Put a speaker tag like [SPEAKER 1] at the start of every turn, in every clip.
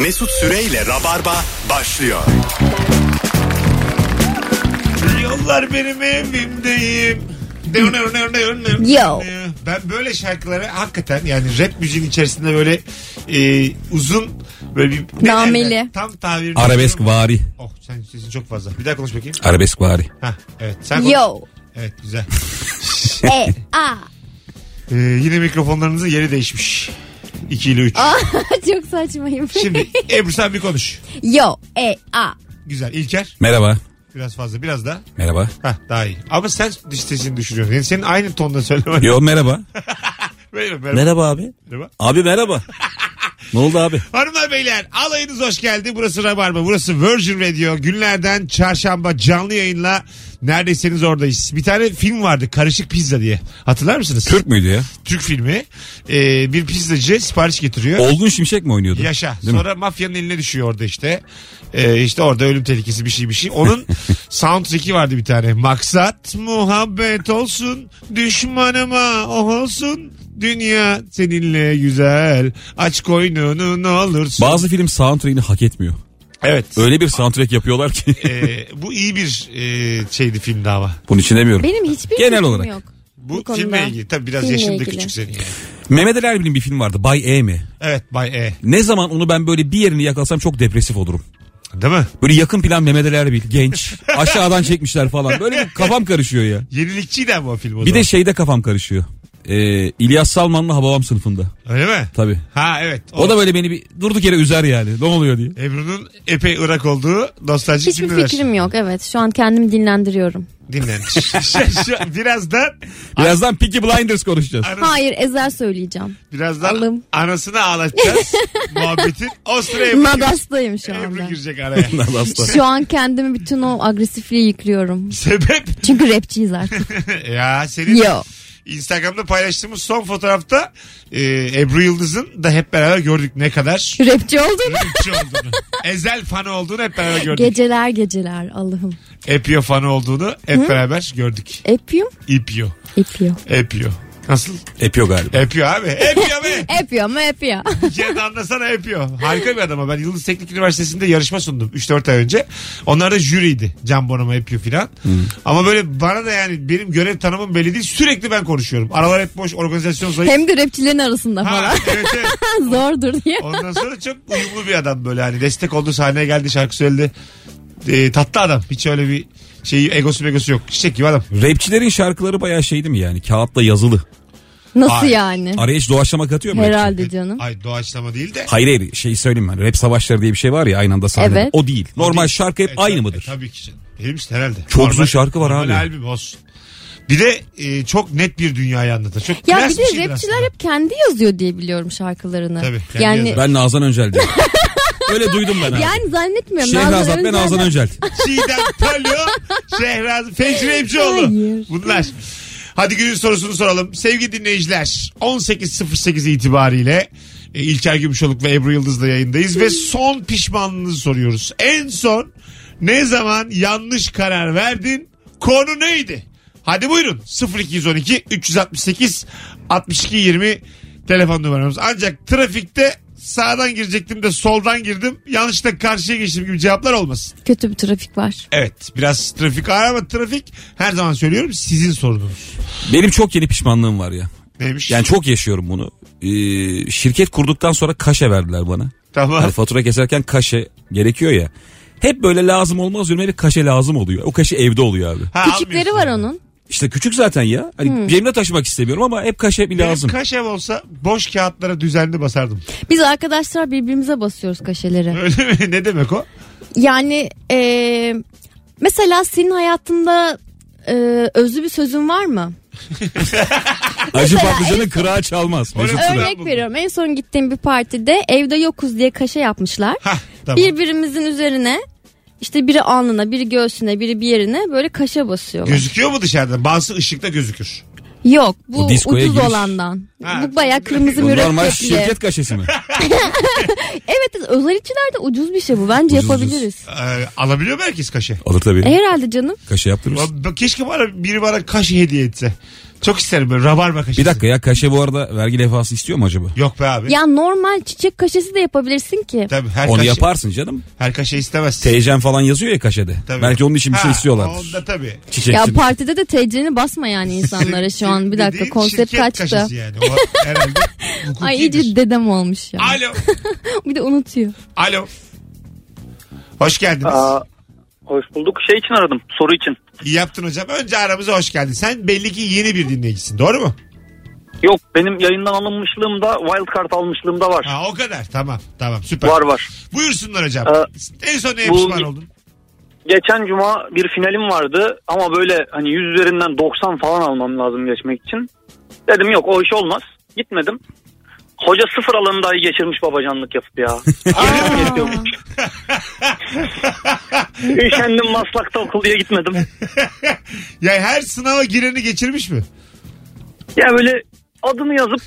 [SPEAKER 1] Mesut Süreyle Rabarba başlıyor.
[SPEAKER 2] Yollar benim evimdeyim.
[SPEAKER 3] Yo.
[SPEAKER 2] Ben böyle şarkıları hakikaten yani rap müziğin içerisinde böyle uzun böyle bir
[SPEAKER 3] nameli.
[SPEAKER 2] Tam tabirini
[SPEAKER 4] Arabesk vari.
[SPEAKER 2] Oh sen sesin çok fazla. Bir daha konuş bakayım.
[SPEAKER 4] Arabesk vari.
[SPEAKER 2] Hah evet sen konuş.
[SPEAKER 3] Yo.
[SPEAKER 2] Evet güzel.
[SPEAKER 3] A.
[SPEAKER 2] Yine mikrofonlarınızın yeri değişmiş. 2 ile 3.
[SPEAKER 3] Çok saçmayım.
[SPEAKER 2] Şimdi Ebru sen bir konuş.
[SPEAKER 3] Yo. A.
[SPEAKER 2] Güzel. İlker
[SPEAKER 4] Merhaba.
[SPEAKER 2] biraz fazla biraz da.
[SPEAKER 4] Merhaba.
[SPEAKER 2] Hah daha iyi. Ama sen dış sesini düşürüyorsun. Yani senin aynı tonda söylemen.
[SPEAKER 4] Yo merhaba.
[SPEAKER 2] Merhaba.
[SPEAKER 4] Merhaba abi.
[SPEAKER 2] Merhaba.
[SPEAKER 4] Abi merhaba. Ne oldu abi?
[SPEAKER 2] Hanımlar beyler alayınız hoş geldi. Burası Rabarba. Burası Virgin Radio. Günlerden çarşamba canlı yayınla neredeyseniz oradayız. Bir tane film vardı Karışık Pizza diye. Hatırlar mısınız?
[SPEAKER 4] Türk müydü ya?
[SPEAKER 2] Türk filmi. Bir pizzacı sipariş getiriyor.
[SPEAKER 4] Olgun Şimşek mi oynuyordu?
[SPEAKER 2] Yaşa.
[SPEAKER 4] Değil
[SPEAKER 2] Sonra mafyanın eline düşüyor orada işte. İşte orada ölüm tehlikesi bir şey. Onun soundtrack'i vardı bir tane. Maksat muhabbet olsun, düşmanıma oh olsun. Dünya seninle güzel. Aç koynunu ne olursun.
[SPEAKER 4] Bazı film soundtrack'ini hak etmiyor.
[SPEAKER 2] Evet.
[SPEAKER 4] Öyle bir soundtrack yapıyorlar ki.
[SPEAKER 2] Bu iyi bir şeydi filmdi ama.
[SPEAKER 4] Bunun için demiyorum.
[SPEAKER 3] Benim hiçbir
[SPEAKER 4] Genel
[SPEAKER 3] fikrim
[SPEAKER 4] olarak.
[SPEAKER 3] yok.
[SPEAKER 2] Bu
[SPEAKER 3] konuda.
[SPEAKER 2] filmle ilgili. Tabii biraz
[SPEAKER 3] Filmle
[SPEAKER 2] yaşında
[SPEAKER 3] ilgili.
[SPEAKER 2] küçük senin yani.
[SPEAKER 4] Mehmet Ali Erbil'in bir film vardı. Bay E mi?
[SPEAKER 2] Evet Bay E.
[SPEAKER 4] Ne zaman onu ben böyle bir yerini yakalasam çok depresif olurum.
[SPEAKER 2] Değil mi?
[SPEAKER 4] Böyle yakın plan Mehmet Ali Erbil genç. Aşağıdan çekmişler falan. Böyle bir kafam karışıyor ya.
[SPEAKER 2] Yenilikçiydi ama o film o
[SPEAKER 4] Bir
[SPEAKER 2] zaman.
[SPEAKER 4] de şeyde kafam karışıyor. İlyas Salman'la Hababam sınıfında.
[SPEAKER 2] Öyle mi?
[SPEAKER 4] Tabii.
[SPEAKER 2] Ha evet.
[SPEAKER 4] O da böyle beni bir durduk yere üzer yani. Ne oluyor diye.
[SPEAKER 2] Ebru'nun epey ırak olduğu nostaljik
[SPEAKER 3] Hiçbir
[SPEAKER 2] cümleler.
[SPEAKER 3] fikrim yok. Evet şu an kendimi dinlendiriyorum.
[SPEAKER 2] Dinlen. Birazdan
[SPEAKER 4] Birazdan Peaky Blinders konuşacağız.
[SPEAKER 3] Hayır Ezel söyleyeceğim.
[SPEAKER 2] birazdan
[SPEAKER 3] Alım.
[SPEAKER 2] anasını ağlatacağız muhabbetin. O sıra Ebru,
[SPEAKER 3] Nadas'tayım şu
[SPEAKER 2] Ebru
[SPEAKER 3] anda.
[SPEAKER 2] girecek araya.
[SPEAKER 3] Şu an kendimi bütün o agresifliği yıkıyorum.
[SPEAKER 2] Sebep?
[SPEAKER 3] Çünkü rapçiyiz artık.
[SPEAKER 2] Ya senin
[SPEAKER 3] Yo.
[SPEAKER 2] Instagram'da paylaştığımız son fotoğrafta Ebru Yıldız'ın da hep beraber gördük ne kadar
[SPEAKER 3] Rapçi oldum.
[SPEAKER 2] rapçi olduğunu. Ezel fanı olduğunu hep beraber gördük.
[SPEAKER 3] Geceler Allah'ım.
[SPEAKER 2] Epio fanı olduğunu hep beraber gördük.
[SPEAKER 3] Epium?
[SPEAKER 2] İpio. Epio. Nasıl?
[SPEAKER 4] Epio galiba.
[SPEAKER 2] Epio abi. Epio be.
[SPEAKER 3] Epiyor mu epiyor.
[SPEAKER 2] Bir kere de anlasana Epio. Harika bir adam. Ben Yıldız Teknik Üniversitesi'nde yarışma sundum 3-4 ay önce. Onlar da jüriydi. Can Bonomo, Epio filan. Ama böyle bana da yani benim görev tanımım belli değil. Sürekli ben konuşuyorum. Aralar hep boş, organizasyon zayıf.
[SPEAKER 3] Hem de rapçilerin arasında
[SPEAKER 2] Ha,
[SPEAKER 3] falan.
[SPEAKER 2] evet.
[SPEAKER 3] Zordur diye.
[SPEAKER 2] Ondan sonra çok uyumlu bir adam böyle. Hani destek oldu, sahneye geldi, şarkı söyledi. Tatlı adam. Hiç öyle bir egosu yok. Çiçek gibi adam.
[SPEAKER 4] Rapçilerin şarkıları bayağı şeydi mi yani? Kağıtla yazılı.
[SPEAKER 3] Nasıl
[SPEAKER 2] Ay.
[SPEAKER 3] yani?
[SPEAKER 4] Araya hiç doğaçlama katıyor mu?
[SPEAKER 3] Herhalde
[SPEAKER 4] rapçi?
[SPEAKER 3] canım.
[SPEAKER 2] Ay doğaçlama değil de.
[SPEAKER 4] Hayır şeyi söyleyeyim ben. Rap savaşları diye bir şey var ya aynı anda sahnede.
[SPEAKER 3] Evet.
[SPEAKER 4] O değil. Normal şarkı hep aynı mıdır?
[SPEAKER 2] Tabii ki canım. Değil misin herhalde?
[SPEAKER 4] Çok uzun şarkı var
[SPEAKER 2] normal
[SPEAKER 4] abi.
[SPEAKER 2] albüm olsun. Bir de çok net bir dünyayı anlatır. Çok
[SPEAKER 3] Ya
[SPEAKER 2] klas
[SPEAKER 3] bir de
[SPEAKER 2] şeydir
[SPEAKER 3] rapçiler
[SPEAKER 2] aslında.
[SPEAKER 3] hep kendi yazıyor diye biliyorum şarkılarını.
[SPEAKER 2] Tabii, kendi
[SPEAKER 3] yani
[SPEAKER 2] yazar.
[SPEAKER 4] Ben Nazan Öncel diyorum. Öyle duydum ben abi.
[SPEAKER 3] yani zannetmiyorum.
[SPEAKER 4] Şehrazat ve Nazan Öncel.
[SPEAKER 2] Çiğdem Talyo, Şehraz, Fecri Emcioğlu.
[SPEAKER 3] Hayır.
[SPEAKER 2] Bunlar. Hadi günün sorusunu soralım. Sevgili dinleyiciler 18.08 itibariyle İlker Gümüşoluk ve Ebru Yıldız'la yayındayız ve son pişmanlığınızı soruyoruz. En son ne zaman yanlış karar verdin? Konu neydi? Hadi buyurun 0212 368 62 20 telefon numaramız. Ancak trafikte sağdan girecektim de soldan girdim. Yanlışlıkla karşıya geçtim gibi cevaplar olmasın.
[SPEAKER 3] Kötü bir trafik var.
[SPEAKER 2] Evet biraz trafik ağır ama trafik her zaman söylüyorum sizin sorununuz.
[SPEAKER 4] Benim çok yeni pişmanlığım var ya.
[SPEAKER 2] Neymiş?
[SPEAKER 4] Yani çok yaşıyorum bunu. Şirket kurduktan sonra kaşe verdiler bana.
[SPEAKER 2] Tamam.
[SPEAKER 4] Hani fatura keserken kaşe gerekiyor ya. Hep böyle lazım olmaz diyorum. Hep kaşe lazım oluyor. O kaşe evde oluyor abi.
[SPEAKER 2] Ha,
[SPEAKER 3] Küçükleri
[SPEAKER 2] almıyorsun
[SPEAKER 3] var
[SPEAKER 2] yani.
[SPEAKER 3] onun.
[SPEAKER 4] İşte küçük zaten ya. Hani cebimde taşımak istemiyorum ama hep kaşe bir
[SPEAKER 2] Benim
[SPEAKER 4] lazım.
[SPEAKER 2] kaşem olsa boş kağıtlara düzenli basardım.
[SPEAKER 3] Biz arkadaşlar birbirimize basıyoruz kaşeleri.
[SPEAKER 2] Öyle mi? Ne demek o?
[SPEAKER 3] Yani mesela senin hayatında özlü bir sözün var mı?
[SPEAKER 4] Acı patlıcanı kırağı çalmaz.
[SPEAKER 2] Öyle
[SPEAKER 4] Mesut Süre.
[SPEAKER 3] Örnek veriyorum. En son gittiğim bir partide evde yokuz diye kaşe yapmışlar.
[SPEAKER 2] Hah tamam.
[SPEAKER 3] Birbirimizin üzerine işte biri alnına, biri göğsüne, biri bir yerine böyle kaşe basıyorlar.
[SPEAKER 2] Gözüküyor mu dışarıdan? Bazısı ışıkta gözükür.
[SPEAKER 3] Yok bu
[SPEAKER 4] O diskoya
[SPEAKER 3] ucuz
[SPEAKER 4] giriş.
[SPEAKER 3] olandan.
[SPEAKER 2] Ha.
[SPEAKER 3] Bu bayağı kırmızı
[SPEAKER 4] Bu normal
[SPEAKER 3] mürekkepli.
[SPEAKER 4] şirket kaşesi mi?
[SPEAKER 3] Evet özel içilerde ucuz bir şey bu. Bence
[SPEAKER 4] Ucuz,
[SPEAKER 3] yapabiliriz.
[SPEAKER 2] Alabiliyor mu herkes kaşe?
[SPEAKER 4] Alır tabii.
[SPEAKER 3] Herhalde canım.
[SPEAKER 4] Kaşe yaptırırız.
[SPEAKER 2] Keşke biri bana kaşe hediye etse. Çok isterim böyle rabarba kaşesi.
[SPEAKER 4] Bir dakika ya, kaşe bu arada vergi levhası istiyor mu acaba?
[SPEAKER 2] Yok be abi.
[SPEAKER 3] Ya normal çiçek kaşesi de yapabilirsin ki.
[SPEAKER 2] Tabii, her
[SPEAKER 4] Onu
[SPEAKER 2] kaşe,
[SPEAKER 4] yaparsın canım.
[SPEAKER 2] her kaşe istemez.
[SPEAKER 4] TC'n falan yazıyor ya kaşede.
[SPEAKER 2] Tabii.
[SPEAKER 4] Belki onun için bir şey istiyorlar.
[SPEAKER 2] Onda tabii.
[SPEAKER 4] Çiçek
[SPEAKER 3] Ya
[SPEAKER 4] için.
[SPEAKER 3] partide de TC'ni basma yani insanlara şu an. Bir dakika,
[SPEAKER 2] Dediğin
[SPEAKER 3] konsept
[SPEAKER 2] şirket
[SPEAKER 3] kaçtı.
[SPEAKER 2] kaşesi yani. O herhalde hukukidir.
[SPEAKER 3] Ay iyice dedem olmuş ya.
[SPEAKER 2] Alo.
[SPEAKER 3] Bir de unutuyor.
[SPEAKER 2] Alo. Hoş geldiniz.
[SPEAKER 5] Hoş bulduk. Şey için aradım. Soru için.
[SPEAKER 2] İyi yaptın hocam. Önce aramıza hoş geldin. Sen belli ki yeni bir dinleyicisin. Doğru mu?
[SPEAKER 5] Yok, benim yayından alınmışlığım da wildcard almışlığım da var.
[SPEAKER 2] Ha, o kadar. Tamam süper.
[SPEAKER 5] Var.
[SPEAKER 2] Buyursunlar hocam. En son neye
[SPEAKER 5] bu-
[SPEAKER 2] pişman oldun?
[SPEAKER 5] Geçen cuma bir finalim vardı ama böyle hani 100 üzerinden 90 falan almam lazım geçmek için. Dedim yok, o iş olmaz. Gitmedim. Hoca 0 alanındayı geçirmiş babacanlık yapıp ya. Yerim yetiyormuş. Üşendim, Maslak'ta okul diye gitmedim.
[SPEAKER 2] Ya her sınava gireni geçirmiş mi?
[SPEAKER 5] Ya böyle adını yazıp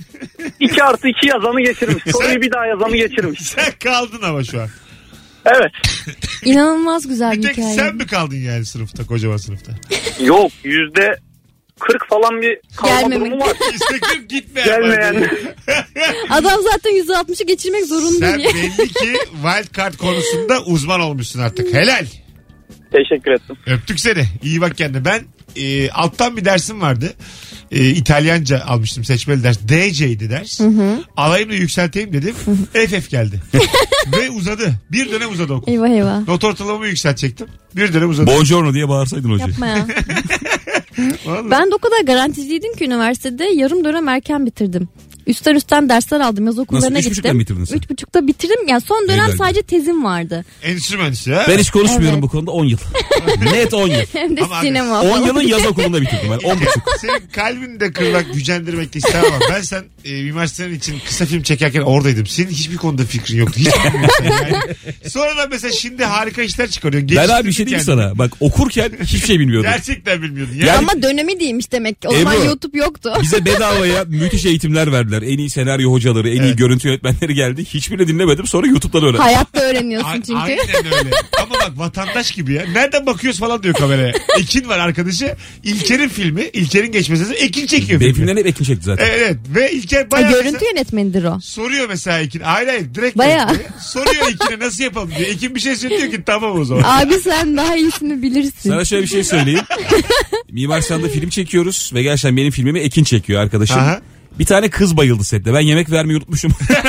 [SPEAKER 5] 2+2 yazanı geçirmiş. Soruyu bir daha yazanı geçirmiş.
[SPEAKER 2] Sen kaldın ama şu an.
[SPEAKER 5] Evet.
[SPEAKER 3] İnanılmaz güzel
[SPEAKER 2] Bir
[SPEAKER 3] bir
[SPEAKER 2] tek
[SPEAKER 3] hikaye.
[SPEAKER 2] sen mi kaldın yani sınıfta, kocaman sınıfta?
[SPEAKER 5] Yok, %40 falan bir kalma
[SPEAKER 3] Gelmemek.
[SPEAKER 5] durumu var.
[SPEAKER 2] İsteklim gitmeyen.
[SPEAKER 5] Gelmeyen.
[SPEAKER 3] Adam zaten %60'ı geçirmek zorunda
[SPEAKER 2] Sen
[SPEAKER 3] diye.
[SPEAKER 2] belli ki wild card konusunda uzman olmuşsun artık. Helal.
[SPEAKER 5] Teşekkür ettim.
[SPEAKER 2] Öptük seni. İyi bak kendine. Ben alttan bir dersim vardı. İtalyanca almıştım, seçmeli ders. DC'ydi ders. Alayım da yükselteyim dedim. FF geldi. Ve uzadı. Bir dönem uzadı okul.
[SPEAKER 3] Eyvah eyvah.
[SPEAKER 2] Not ortalamamı yükseltecektim. Bir dönem uzadı.
[SPEAKER 4] Buongiorno diye bağırsaydın hocam.
[SPEAKER 3] Yapma ya.
[SPEAKER 2] Vallahi.
[SPEAKER 3] Ben de o kadar garanticiydim ki üniversitede yarım dönem erken bitirdim. Üstten dersler aldım. Yaz okullarına
[SPEAKER 4] Nasıl? 3,5'da
[SPEAKER 3] gittim.
[SPEAKER 4] mı bitirdin sen?
[SPEAKER 3] 3,5'da bitirdim. Yani son dönem
[SPEAKER 4] Helal.
[SPEAKER 3] sadece tezim vardı.
[SPEAKER 2] Endüstri mühendisi ha?
[SPEAKER 4] Ben hiç konuşmuyorum
[SPEAKER 3] Evet.
[SPEAKER 4] bu konuda 10 yıl. Net 10 yıl.
[SPEAKER 3] Hem de
[SPEAKER 2] Ama abi,
[SPEAKER 3] sinema
[SPEAKER 4] 10
[SPEAKER 3] falan.
[SPEAKER 4] yılın yaz okulunda bitirdim ben. 10,5.
[SPEAKER 2] Senin kalbini de kırmak, gücendirmek de istemem ama ben sen Mimar Sinan için kısa film çekerken oradaydım. Senin hiçbir konuda fikrin yoktu. Hiç bilmiyorsun yani. Sonra da mesela şimdi harika işler çıkarıyorsun.
[SPEAKER 4] Ben abi bir
[SPEAKER 2] Geliştirdin
[SPEAKER 4] şey diyeyim
[SPEAKER 2] kendini.
[SPEAKER 4] sana. Bak okurken hiçbir şey bilmiyordum.
[SPEAKER 2] Gerçekten bilmiyordun. Yani,
[SPEAKER 4] Yani-
[SPEAKER 3] Ama dönemi değilmiş demek ki. O zaman
[SPEAKER 4] Ebru.
[SPEAKER 3] YouTube yoktu.
[SPEAKER 4] Bize bedavaya müthiş eğitimler verdiler. En iyi senaryo hocaları, en iyi görüntü yönetmenleri geldi. Hiçbirini dinlemedim. Sonra YouTube'dan öğrendim.
[SPEAKER 3] Hayatta öğreniyorsun çünkü.
[SPEAKER 2] Aynen öyle. Ama bak vatandaş gibi ya. Nereden bakıyoruz falan diyor kameraya. Ekin var arkadaşı. İlker'in filmi. İlker'in geçmesi lazım. Ekin çekiyor
[SPEAKER 4] Benim
[SPEAKER 2] filmi.
[SPEAKER 4] filmlerini hep Ekin çekti zaten.
[SPEAKER 2] Evet. Ve İlker
[SPEAKER 3] Ha,
[SPEAKER 2] bayağı
[SPEAKER 3] görüntü
[SPEAKER 2] mesela
[SPEAKER 3] yönetmenidir o.
[SPEAKER 2] soruyor mesela Ekin. Hayır direkt
[SPEAKER 3] Bayağı.
[SPEAKER 2] görüntü. Soruyor Ekin'e nasıl yapalım diyor. Ekin bir şey söylüyor ki tamam o zaman.
[SPEAKER 3] Abi sen daha iyisini bilirsin.
[SPEAKER 4] Sana şöyle bir şey söyleyeyim. Mimar Sinan'da film çekiyoruz ve gerçekten benim filmimi Ekin çekiyor arkadaşım.
[SPEAKER 2] Aha.
[SPEAKER 4] Bir tane kız bayıldı sette. Ben yemek vermeyi unutmuşum.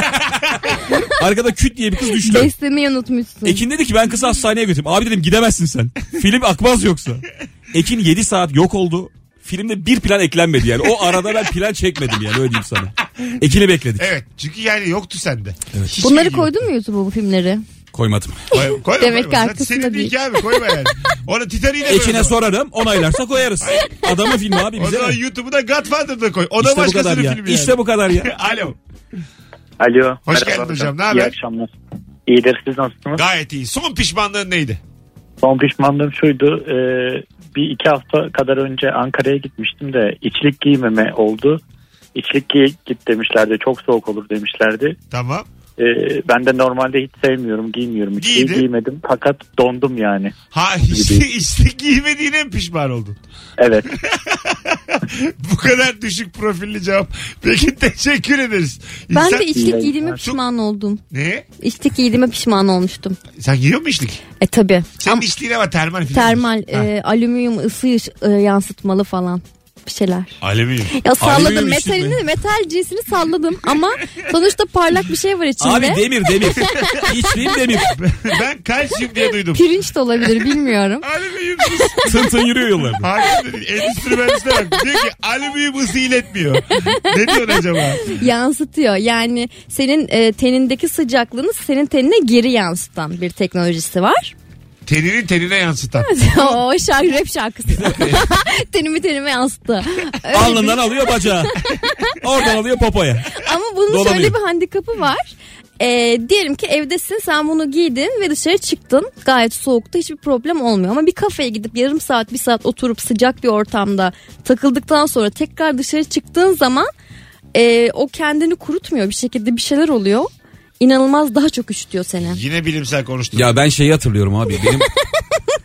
[SPEAKER 4] Arkada küt diye bir kız düştü.
[SPEAKER 3] Beslemeyi unutmuşsun.
[SPEAKER 4] Ekin dedi ki ben kızı hastaneye götüreyim. Abi dedim gidemezsin sen. Film akmaz yoksa. Ekin 7 saat yok oldu. Filmde bir plan eklenmedi yani. O arada ben plan çekmedim yani, öyle diyeyim sana. Ekin'i bekledik.
[SPEAKER 2] Evet. Çünkü yani yoktu sende.
[SPEAKER 4] Evet.
[SPEAKER 2] Hiç
[SPEAKER 3] Bunları
[SPEAKER 2] bilgi yok.
[SPEAKER 3] koydun mu YouTube'a bu filmleri?
[SPEAKER 4] Koymadım.
[SPEAKER 2] Koyma,
[SPEAKER 3] Demek ki
[SPEAKER 2] koyma. Zaten
[SPEAKER 3] arkasında
[SPEAKER 2] senin
[SPEAKER 3] değil.
[SPEAKER 2] ki abi koyma yani. Onu Titanic'e de
[SPEAKER 4] Ekin'e sorarım, onaylarsa koyarız. Adamın filmi abi,
[SPEAKER 2] O
[SPEAKER 4] bize
[SPEAKER 2] zaman
[SPEAKER 4] ne?
[SPEAKER 2] YouTube'u da Godfather'da koy. O da
[SPEAKER 4] İşte bu kadar
[SPEAKER 2] başkasının
[SPEAKER 4] ya.
[SPEAKER 2] filmi yani.
[SPEAKER 4] İşte bu kadar ya.
[SPEAKER 2] Alo.
[SPEAKER 5] Alo.
[SPEAKER 2] Hoş
[SPEAKER 5] merhaba
[SPEAKER 2] geldin hocam, ne haber?
[SPEAKER 5] İyi akşamlar. İyidir, siz nasılsınız?
[SPEAKER 2] Gayet iyi. Son pişmanlığın neydi?
[SPEAKER 5] Son pişmanlığım şuydu. Bir 2 hafta kadar önce Ankara'ya gitmiştim de içlik giymeme oldu. İçlik giy git demişlerdi. Çok soğuk olur demişlerdi.
[SPEAKER 2] Tamam.
[SPEAKER 5] Ben de normalde hiç sevmiyorum, giymiyorum. İçliği
[SPEAKER 2] Giydin.
[SPEAKER 5] giymedim fakat dondum yani.
[SPEAKER 2] Ha işte giymediğine mi pişman oldun?
[SPEAKER 5] Evet.
[SPEAKER 2] Bu kadar düşük profilli cevap. Peki teşekkür ederiz.
[SPEAKER 3] Ben
[SPEAKER 2] İnsan-
[SPEAKER 3] de içlik
[SPEAKER 5] İyi
[SPEAKER 3] giydiğime
[SPEAKER 5] yayınlar.
[SPEAKER 3] pişman oldum.
[SPEAKER 2] Ne?
[SPEAKER 3] İçlik giydiğime pişman olmuştum.
[SPEAKER 2] Sen giyiyor musun içlik?
[SPEAKER 3] Tabii.
[SPEAKER 2] Senin
[SPEAKER 3] Ama
[SPEAKER 2] içliğine var termal filan.
[SPEAKER 3] termal,
[SPEAKER 2] Ha.
[SPEAKER 3] alüminyum ısı yansıtmalı falan bir şeyler.
[SPEAKER 2] Alüminyum.
[SPEAKER 3] Ya salladım
[SPEAKER 4] Alüminyum içlik
[SPEAKER 3] metalini,
[SPEAKER 4] mi?
[SPEAKER 3] metal cinsini salladım ama sonuçta parlak bir şey var içinde.
[SPEAKER 4] Abi demir. İçliğim demir.
[SPEAKER 2] Ben kalsiyum diye duydum.
[SPEAKER 3] Pirinç de olabilir bilmiyorum.
[SPEAKER 2] Alüminyum
[SPEAKER 4] Tın tın yürüyor yollarda.
[SPEAKER 2] Hakim dedi. Endüstri mühendisine bak. Diyor ki alüminyum ısı iletmiyor. Ne diyorsun acaba?
[SPEAKER 3] Yansıtıyor. Yani senin tenindeki sıcaklığını senin tenine geri yansıtan bir teknolojisi var.
[SPEAKER 2] Teninin tenine yansıtan.
[SPEAKER 3] O rap şarkısı. Tenime yansıttı. Öyle
[SPEAKER 4] Alnından alıyor bacağı. Oradan alıyor popoya.
[SPEAKER 3] Ama bunun
[SPEAKER 4] Dolanıyor.
[SPEAKER 3] şöyle bir handikapı var. Diyelim ki evdesin, sen bunu giydin ve dışarı çıktın, gayet soğukta, hiçbir problem olmuyor. Ama bir kafeye gidip yarım saat 1 saat oturup sıcak bir ortamda takıldıktan sonra tekrar dışarı çıktığın zaman o kendini kurutmuyor, bir şekilde bir şeyler oluyor. İnanılmaz daha çok üşütüyor seni.
[SPEAKER 2] Yine bilimsel konuştuk.
[SPEAKER 4] Ya ben şeyi hatırlıyorum abi. Benim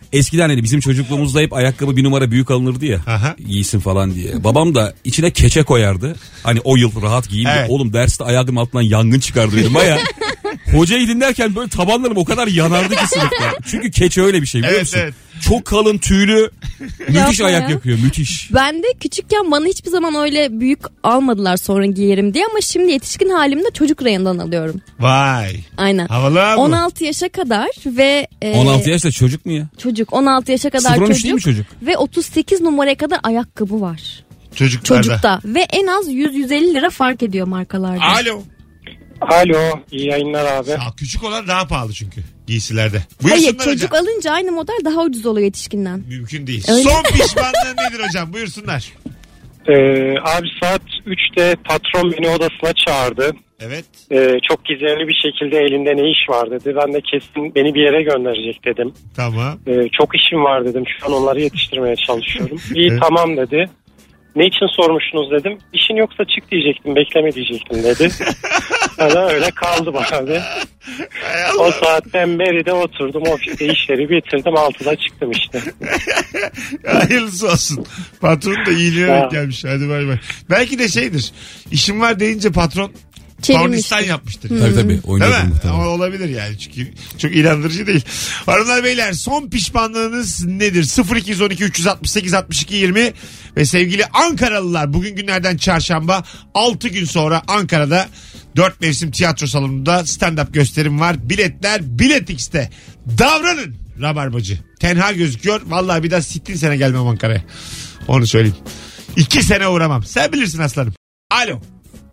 [SPEAKER 4] Eskiden hani bizim çocukluğumuzda hep ayakkabı bir numara büyük alınırdı ya.
[SPEAKER 2] Aha.
[SPEAKER 4] Giysin falan diye. Babam da içine keçe koyardı. Hani o yıl rahat giyeyim diye.
[SPEAKER 2] Evet.
[SPEAKER 4] Oğlum derste ayağımın altından yangın çıkardı benim baya. Hocayı dinlerken böyle tabanlarım o kadar yanardı ki sınıfta. Çünkü keçe öyle bir şey biliyor
[SPEAKER 2] Evet,
[SPEAKER 4] musun?
[SPEAKER 2] evet.
[SPEAKER 4] Çok kalın tüylü müthiş
[SPEAKER 3] Yapma
[SPEAKER 4] ayak
[SPEAKER 3] ya.
[SPEAKER 4] yakıyor müthiş.
[SPEAKER 3] Ben de küçükken bana hiçbir zaman öyle büyük almadılar sonra giyerim diye ama şimdi yetişkin halimde çocuk rayından alıyorum.
[SPEAKER 2] Vay.
[SPEAKER 3] Aynen.
[SPEAKER 2] Havalı abi.
[SPEAKER 3] 16 yaşa kadar ve
[SPEAKER 4] 16 yaşta çocuk mu ya?
[SPEAKER 3] çocuk 16 yaşa kadar
[SPEAKER 4] 0-13 değil mi
[SPEAKER 3] çocuk
[SPEAKER 4] çocuk?
[SPEAKER 3] ve 38 numaraya kadar ayakkabı var.
[SPEAKER 2] Çocuklarda.
[SPEAKER 3] Çocukta ve en az 100-150 lira fark ediyor markalarda.
[SPEAKER 2] Alo.
[SPEAKER 6] Alo, iyi yayınlar abi.
[SPEAKER 2] Aa, küçük olan daha pahalı çünkü giysilerde.
[SPEAKER 3] Hayır
[SPEAKER 2] Buyursunlar
[SPEAKER 3] çocuk
[SPEAKER 2] hocam.
[SPEAKER 3] alınca aynı model daha ucuz oluyor yetişkinden.
[SPEAKER 2] Mümkün değil.
[SPEAKER 3] Öyle.
[SPEAKER 2] Son pişmanlığın nedir hocam? Buyursunlar.
[SPEAKER 6] Abi saat 3'te patron beni odasına çağırdı.
[SPEAKER 2] Evet.
[SPEAKER 6] Çok gizemli bir şekilde elinde ne iş var dedi. Ben de kesin beni bir yere gönderecek dedim.
[SPEAKER 2] Tamam.
[SPEAKER 6] Çok işim var dedim. Şu an onları yetiştirmeye çalışıyorum. İyi
[SPEAKER 2] Evet.
[SPEAKER 6] tamam dedi. Ne için sormuştunuz dedim. İşin yoksa çık diyecektim, bekleme diyecektim dedi. Öyle kaldım abi. O saatten beri de oturdum ofiste işleri bitirdim 6'da çıktım işte.
[SPEAKER 2] Hayırlısı olsun. Patron da iyiliğe
[SPEAKER 6] Ha.
[SPEAKER 2] gelmiş. Hadi bay bay. Belki de şeydir. İşim var deyince patron pornistan yapmıştır.
[SPEAKER 4] Tabii tabii
[SPEAKER 2] Değil
[SPEAKER 4] oynuyordur
[SPEAKER 2] mi?
[SPEAKER 4] muhtemelen.
[SPEAKER 2] Ama olabilir yani çünkü çok inandırıcı değil. Hanımlar beyler son pişmanlığınız nedir? 0212 368 62 20 ve sevgili Ankaralılar bugün günlerden çarşamba 6 gün sonra Ankara'da 4 mevsim tiyatro salonunda stand-up gösterim var. Biletler Bilet X'te. Davranın Rabarbacı. Tenha gözüküyor. Vallahi bir daha sittin sene gelmem Ankara'ya. Onu söyleyeyim. 2 sene uğramam. Sen bilirsin aslanım. Alo.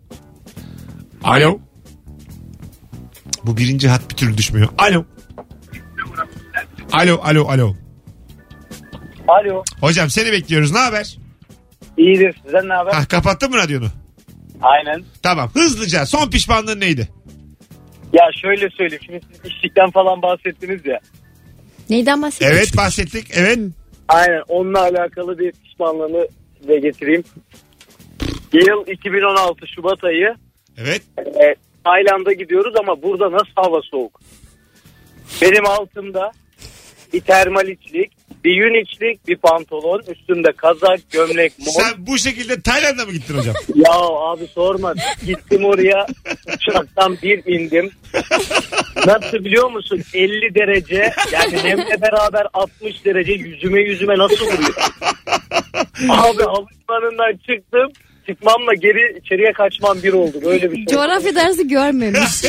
[SPEAKER 2] Alo. Bu birinci hat bir türlü düşmüyor. Alo. Alo, alo, alo.
[SPEAKER 5] Alo.
[SPEAKER 2] Hocam seni bekliyoruz. Ne haber?
[SPEAKER 5] İyidir. Sizden ne haber?
[SPEAKER 2] Hah, kapattın mı radyonu?
[SPEAKER 5] Aynen.
[SPEAKER 2] Tamam. Hızlıca. Son pişmanlığın neydi?
[SPEAKER 5] Ya şöyle söyleyeyim. Şimdi siz işlikten falan bahsettiniz ya.
[SPEAKER 3] Neyden bahsediyorsun?
[SPEAKER 2] Evet bahsettik. Evet.
[SPEAKER 5] Aynen. Onunla alakalı bir pişmanlığını size getireyim. Yıl 2016 Şubat ayı.
[SPEAKER 2] Evet.
[SPEAKER 5] Tayland'a gidiyoruz ama burada nasıl hava soğuk. Benim altımda bir termal içlik, bir yün içlik, bir pantolon, üstümde kazak, gömlek, mont.
[SPEAKER 2] Sen bu şekilde Tayland'a mı gittin hocam?
[SPEAKER 5] Ya abi sorma. Gittim oraya, uçaktan bir indim. Nasıl biliyor musun? 50 derece, yani nemle beraber 60 derece yüzüme nasıl vuruyor? Abi havuzlarından çıktım. Çıkmamla geri içeriye kaçmam bir oldu. Böyle bir şey.
[SPEAKER 3] Coğrafya dersi görmemiş.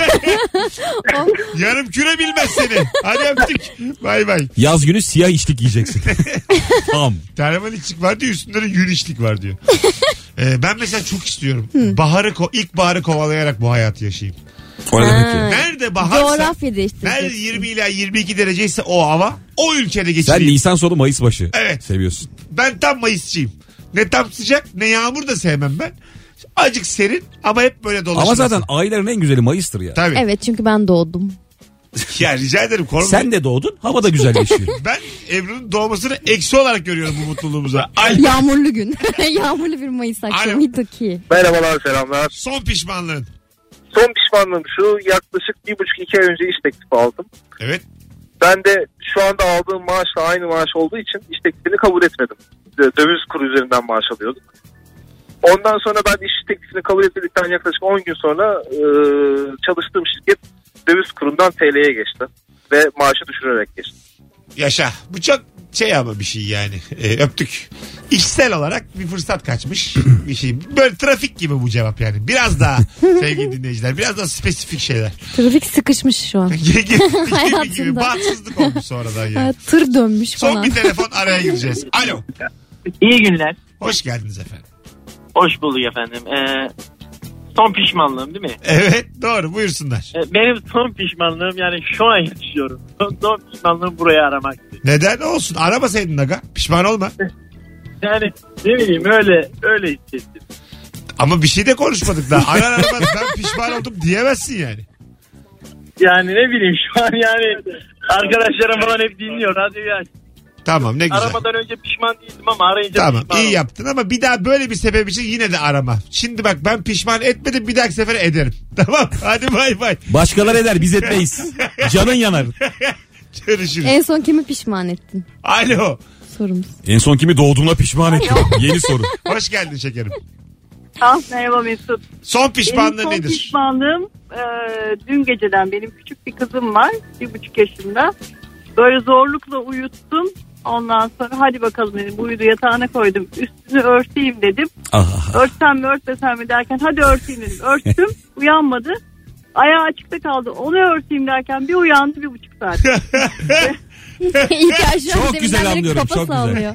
[SPEAKER 2] Yarım küre bilmez seni. Hadi öptük. Bay bay.
[SPEAKER 4] Yaz günü siyah içlik giyeceksin. Tam.
[SPEAKER 2] Termal içlik var diyor, üstünde de yün içlik var diyor. Ben mesela çok istiyorum. İlkbaharı kovalayarak bu hayatı yaşayayım.
[SPEAKER 4] O ne demek ya?
[SPEAKER 2] Nerede baharsa,
[SPEAKER 3] Coğrafya değiştireceksin.
[SPEAKER 2] nerede 20 ila 22 derece ise o hava, o ülkede
[SPEAKER 4] Sen
[SPEAKER 2] geçireyim.
[SPEAKER 4] Nisan sonu Mayıs başı
[SPEAKER 2] Evet.
[SPEAKER 4] seviyorsun.
[SPEAKER 2] Ben tam Mayısçıyım. Ne tam sıcak ne yağmur da sevmem ben. Acık serin ama hep böyle dolaşırsın.
[SPEAKER 4] Ama zaten ayların en güzeli Mayıs'tır ya.
[SPEAKER 2] Tabii.
[SPEAKER 3] Evet çünkü ben doğdum.
[SPEAKER 2] Ya rica ederim. Korkma.
[SPEAKER 4] Sen de doğdun, hava da güzelleşiyor.
[SPEAKER 2] Ben Ebru'nun doğmasını eksi olarak görüyorum bu mutluluğumuza. Alo.
[SPEAKER 3] Yağmurlu gün. Yağmurlu bir Mayıs akşamıydı ki.
[SPEAKER 7] Merhabalar, selamlar.
[SPEAKER 2] Son pişmanlığın.
[SPEAKER 7] Son pişmanlığım şu, yaklaşık 1,5-2 ay önce iş teklifi aldım.
[SPEAKER 2] Evet.
[SPEAKER 7] Ben de şu anda aldığım maaşla aynı maaş olduğu için iş teklifini kabul etmedim. Döviz kuru üzerinden maaş alıyorduk. Ondan sonra ben iş teklifini kabul etmedikten yaklaşık 10 gün sonra çalıştığım şirket döviz kurundan TL'ye geçti. Ve maaşı düşürerek geçti.
[SPEAKER 2] Yaşa. Bu çok ama bir şey yani. Öptük. İşsel olarak bir fırsat kaçmış bir şey. Böyle trafik gibi bu cevap yani. Biraz daha sevgili dinleyiciler. Biraz daha spesifik şeyler.
[SPEAKER 3] Trafik sıkışmış şu an.
[SPEAKER 2] gibi
[SPEAKER 3] Hayatında.
[SPEAKER 2] Bağımsızlık olmuş sonradan yani.
[SPEAKER 3] Tır dönmüş
[SPEAKER 2] Son
[SPEAKER 3] falan.
[SPEAKER 2] bir telefon araya gireceğiz. Alo.
[SPEAKER 8] İyi günler.
[SPEAKER 2] Hoş geldiniz efendim.
[SPEAKER 8] Hoş bulduk efendim. Son pişmanlığım değil mi?
[SPEAKER 2] Evet doğru buyursunlar.
[SPEAKER 8] Benim son pişmanlığım yani şu an yaşıyorum. Son pişmanlığım burayı aramaktı.
[SPEAKER 2] Neden olsun? Aramasaydın aga. Pişman olma.
[SPEAKER 8] Yani ne bileyim öyle hissettim.
[SPEAKER 2] Ama bir şey de konuşmadık daha. Aramaz ben pişman oldum diyemezsin yani.
[SPEAKER 8] Yani ne bileyim şu an yani arkadaşlarım falan hep dinliyor. Hadi ya.
[SPEAKER 2] Tamam ne güzel.
[SPEAKER 8] Aramadan önce pişman değildim ama arayınca
[SPEAKER 2] Tamam
[SPEAKER 8] pişman
[SPEAKER 2] iyi
[SPEAKER 8] oldum.
[SPEAKER 2] yaptın ama bir daha böyle bir sebep için yine de arama. Şimdi bak ben pişman etmedim, bir dahaki sefer ederim. Tamam hadi bay bay.
[SPEAKER 4] Başkaları eder, biz etmeyiz. Canın yanar.
[SPEAKER 2] Görüşürüz.
[SPEAKER 3] En son kimi pişman ettin?
[SPEAKER 2] Alo.
[SPEAKER 3] Sorumuz.
[SPEAKER 4] En son kimi doğduğuna pişman ettim. Yeni soru.
[SPEAKER 2] Hoş geldin şekerim.
[SPEAKER 9] Merhaba Mesut.
[SPEAKER 2] Son pişmanlığı
[SPEAKER 9] Benim son
[SPEAKER 2] nedir?
[SPEAKER 9] pişmanlığım dün geceden benim küçük bir kızım var. 1,5 yaşında. Böyle zorlukla uyuttum. Ondan sonra hadi bakalım dedim. Uyudu yatağına koydum. Üstünü örteyim dedim. Örtsem mi örtmesem mi derken hadi örteyim dedim. Örttüm. Uyanmadı. Ayağı açıkta kaldı. Onu örteyim derken bir uyandı 1,5 saat.
[SPEAKER 3] İlker şu an
[SPEAKER 4] Çok güzel
[SPEAKER 3] deminden beri
[SPEAKER 4] anlıyorum,
[SPEAKER 3] kafa
[SPEAKER 4] çok güzel.
[SPEAKER 3] sallıyor.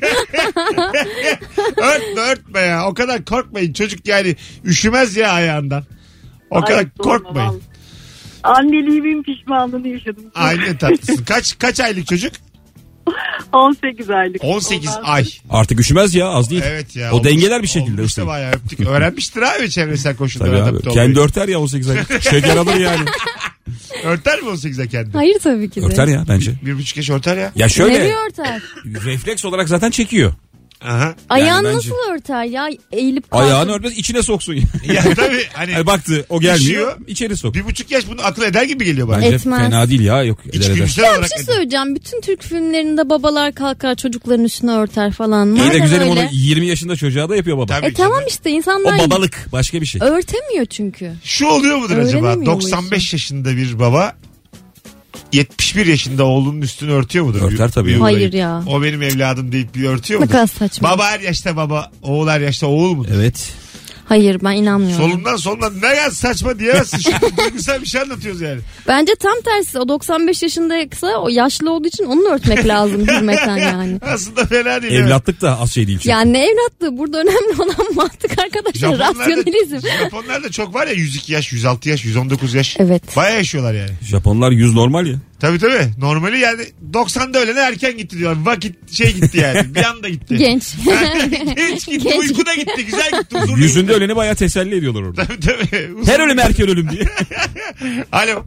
[SPEAKER 2] Örtme ya. O kadar korkmayın. Çocuk yani üşümez ya ayağından. O kadar
[SPEAKER 9] Ay, sorma
[SPEAKER 2] korkmayın.
[SPEAKER 9] vallahi. Anneliğimin pişmanlığını yaşadım.
[SPEAKER 2] Aynen tatlısın. Kaç aylık çocuk?
[SPEAKER 9] 18 aylık.
[SPEAKER 2] 18
[SPEAKER 9] Ondan
[SPEAKER 2] ay.
[SPEAKER 4] Artık üşümez ya, az değil.
[SPEAKER 2] Evet ya.
[SPEAKER 4] O dengeler bir şekilde
[SPEAKER 2] Olmuş da
[SPEAKER 4] ısınıyor.
[SPEAKER 2] bayağı öptük. Öğrenmiştir abi çevresel koşullara
[SPEAKER 4] Tabii abi.
[SPEAKER 2] adapte olmayı.
[SPEAKER 4] Kendi örter ya 18 ay. Şeker alır yani.
[SPEAKER 2] Örter mi 18'e kendi?
[SPEAKER 3] Hayır tabii ki de.
[SPEAKER 4] Örter ya bence.
[SPEAKER 2] 1,5 yaş örter ya.
[SPEAKER 4] Ya şöyle
[SPEAKER 3] Nereye örter?
[SPEAKER 4] refleks olarak zaten çekiyor.
[SPEAKER 2] Aha.
[SPEAKER 3] Ayağını
[SPEAKER 4] bence.
[SPEAKER 3] nasıl örter ya? Eğilip kalkıp.
[SPEAKER 4] Ayağını örtmez, içine soksun.
[SPEAKER 2] Ya tabii hani
[SPEAKER 4] Hani baktı o gelmiyor,
[SPEAKER 2] Üşüyor.
[SPEAKER 4] içeri sok.
[SPEAKER 2] 1,5 yaş bunu akıl eder gibi geliyor bana.
[SPEAKER 4] Bence
[SPEAKER 3] Etmez.
[SPEAKER 4] fena değil ya, yok eder eder.
[SPEAKER 2] İçgüdüsel
[SPEAKER 3] Bir
[SPEAKER 2] olarak
[SPEAKER 3] şey
[SPEAKER 2] eder.
[SPEAKER 3] söyleyeceğim. Bütün Türk filmlerinde babalar kalkar çocukların üstüne örter falan.
[SPEAKER 4] İyi de
[SPEAKER 3] Madem
[SPEAKER 4] güzelim
[SPEAKER 3] öyle.
[SPEAKER 4] onu 20 yaşında çocuğa da yapıyor baba.
[SPEAKER 2] Tabii
[SPEAKER 3] Tamam
[SPEAKER 2] canım.
[SPEAKER 3] işte
[SPEAKER 4] O
[SPEAKER 3] insanlar
[SPEAKER 4] babalık başka bir şey.
[SPEAKER 3] örtemiyor çünkü.
[SPEAKER 2] Şu oluyor mudur acaba?
[SPEAKER 3] Öğrenemiyor bu
[SPEAKER 2] 95 yaşında bir baba 71 yaşında oğlunun üstünü örtüyor mudur?
[SPEAKER 4] Örter tabii.
[SPEAKER 2] Bir
[SPEAKER 3] Hayır
[SPEAKER 2] olayı.
[SPEAKER 3] ya.
[SPEAKER 2] O benim evladım deyip bir örtüyor
[SPEAKER 3] Ne
[SPEAKER 2] mudur?
[SPEAKER 3] kadar saçma.
[SPEAKER 2] Baba her yaşta baba, oğul her yaşta oğul mudur?
[SPEAKER 4] Evet.
[SPEAKER 3] Hayır ben inanmıyorum.
[SPEAKER 2] Solundan solundan ne kadar saçma diyemezsin. Şimdi duygusal bir şey anlatıyoruz yani.
[SPEAKER 3] Bence tam tersi. O 95 yaşındaysa o yaşlı olduğu için onu örtmek lazım hürmeten yani.
[SPEAKER 2] Aslında fena değil. evet.
[SPEAKER 4] Evlatlık da az şey değil çünkü.
[SPEAKER 3] Yani ne evlatlığı? Burada önemli olan mantık arkadaşlar. Rasyonalizm.
[SPEAKER 2] Japonlarda çok var ya 102 yaş, 106 yaş, 119 yaş.
[SPEAKER 3] Evet.
[SPEAKER 2] Bayağı yaşıyorlar yani.
[SPEAKER 4] Japonlar 100 normal ya.
[SPEAKER 2] Tabii. Normali yani 90'da ölene erken gitti diyorlar. Vakit gitti yani. Bir anda gitti.
[SPEAKER 3] Genç.
[SPEAKER 2] Genç gitti.
[SPEAKER 3] Genç.
[SPEAKER 2] Uyku da gitti. Güzel gitti. Huzurlu
[SPEAKER 4] Yüzünde
[SPEAKER 2] gitti.
[SPEAKER 4] öleni bayağı teselli ediyorlar orada.
[SPEAKER 2] Tabii.
[SPEAKER 4] Her ölüm erken ölüm diye.
[SPEAKER 2] Alo.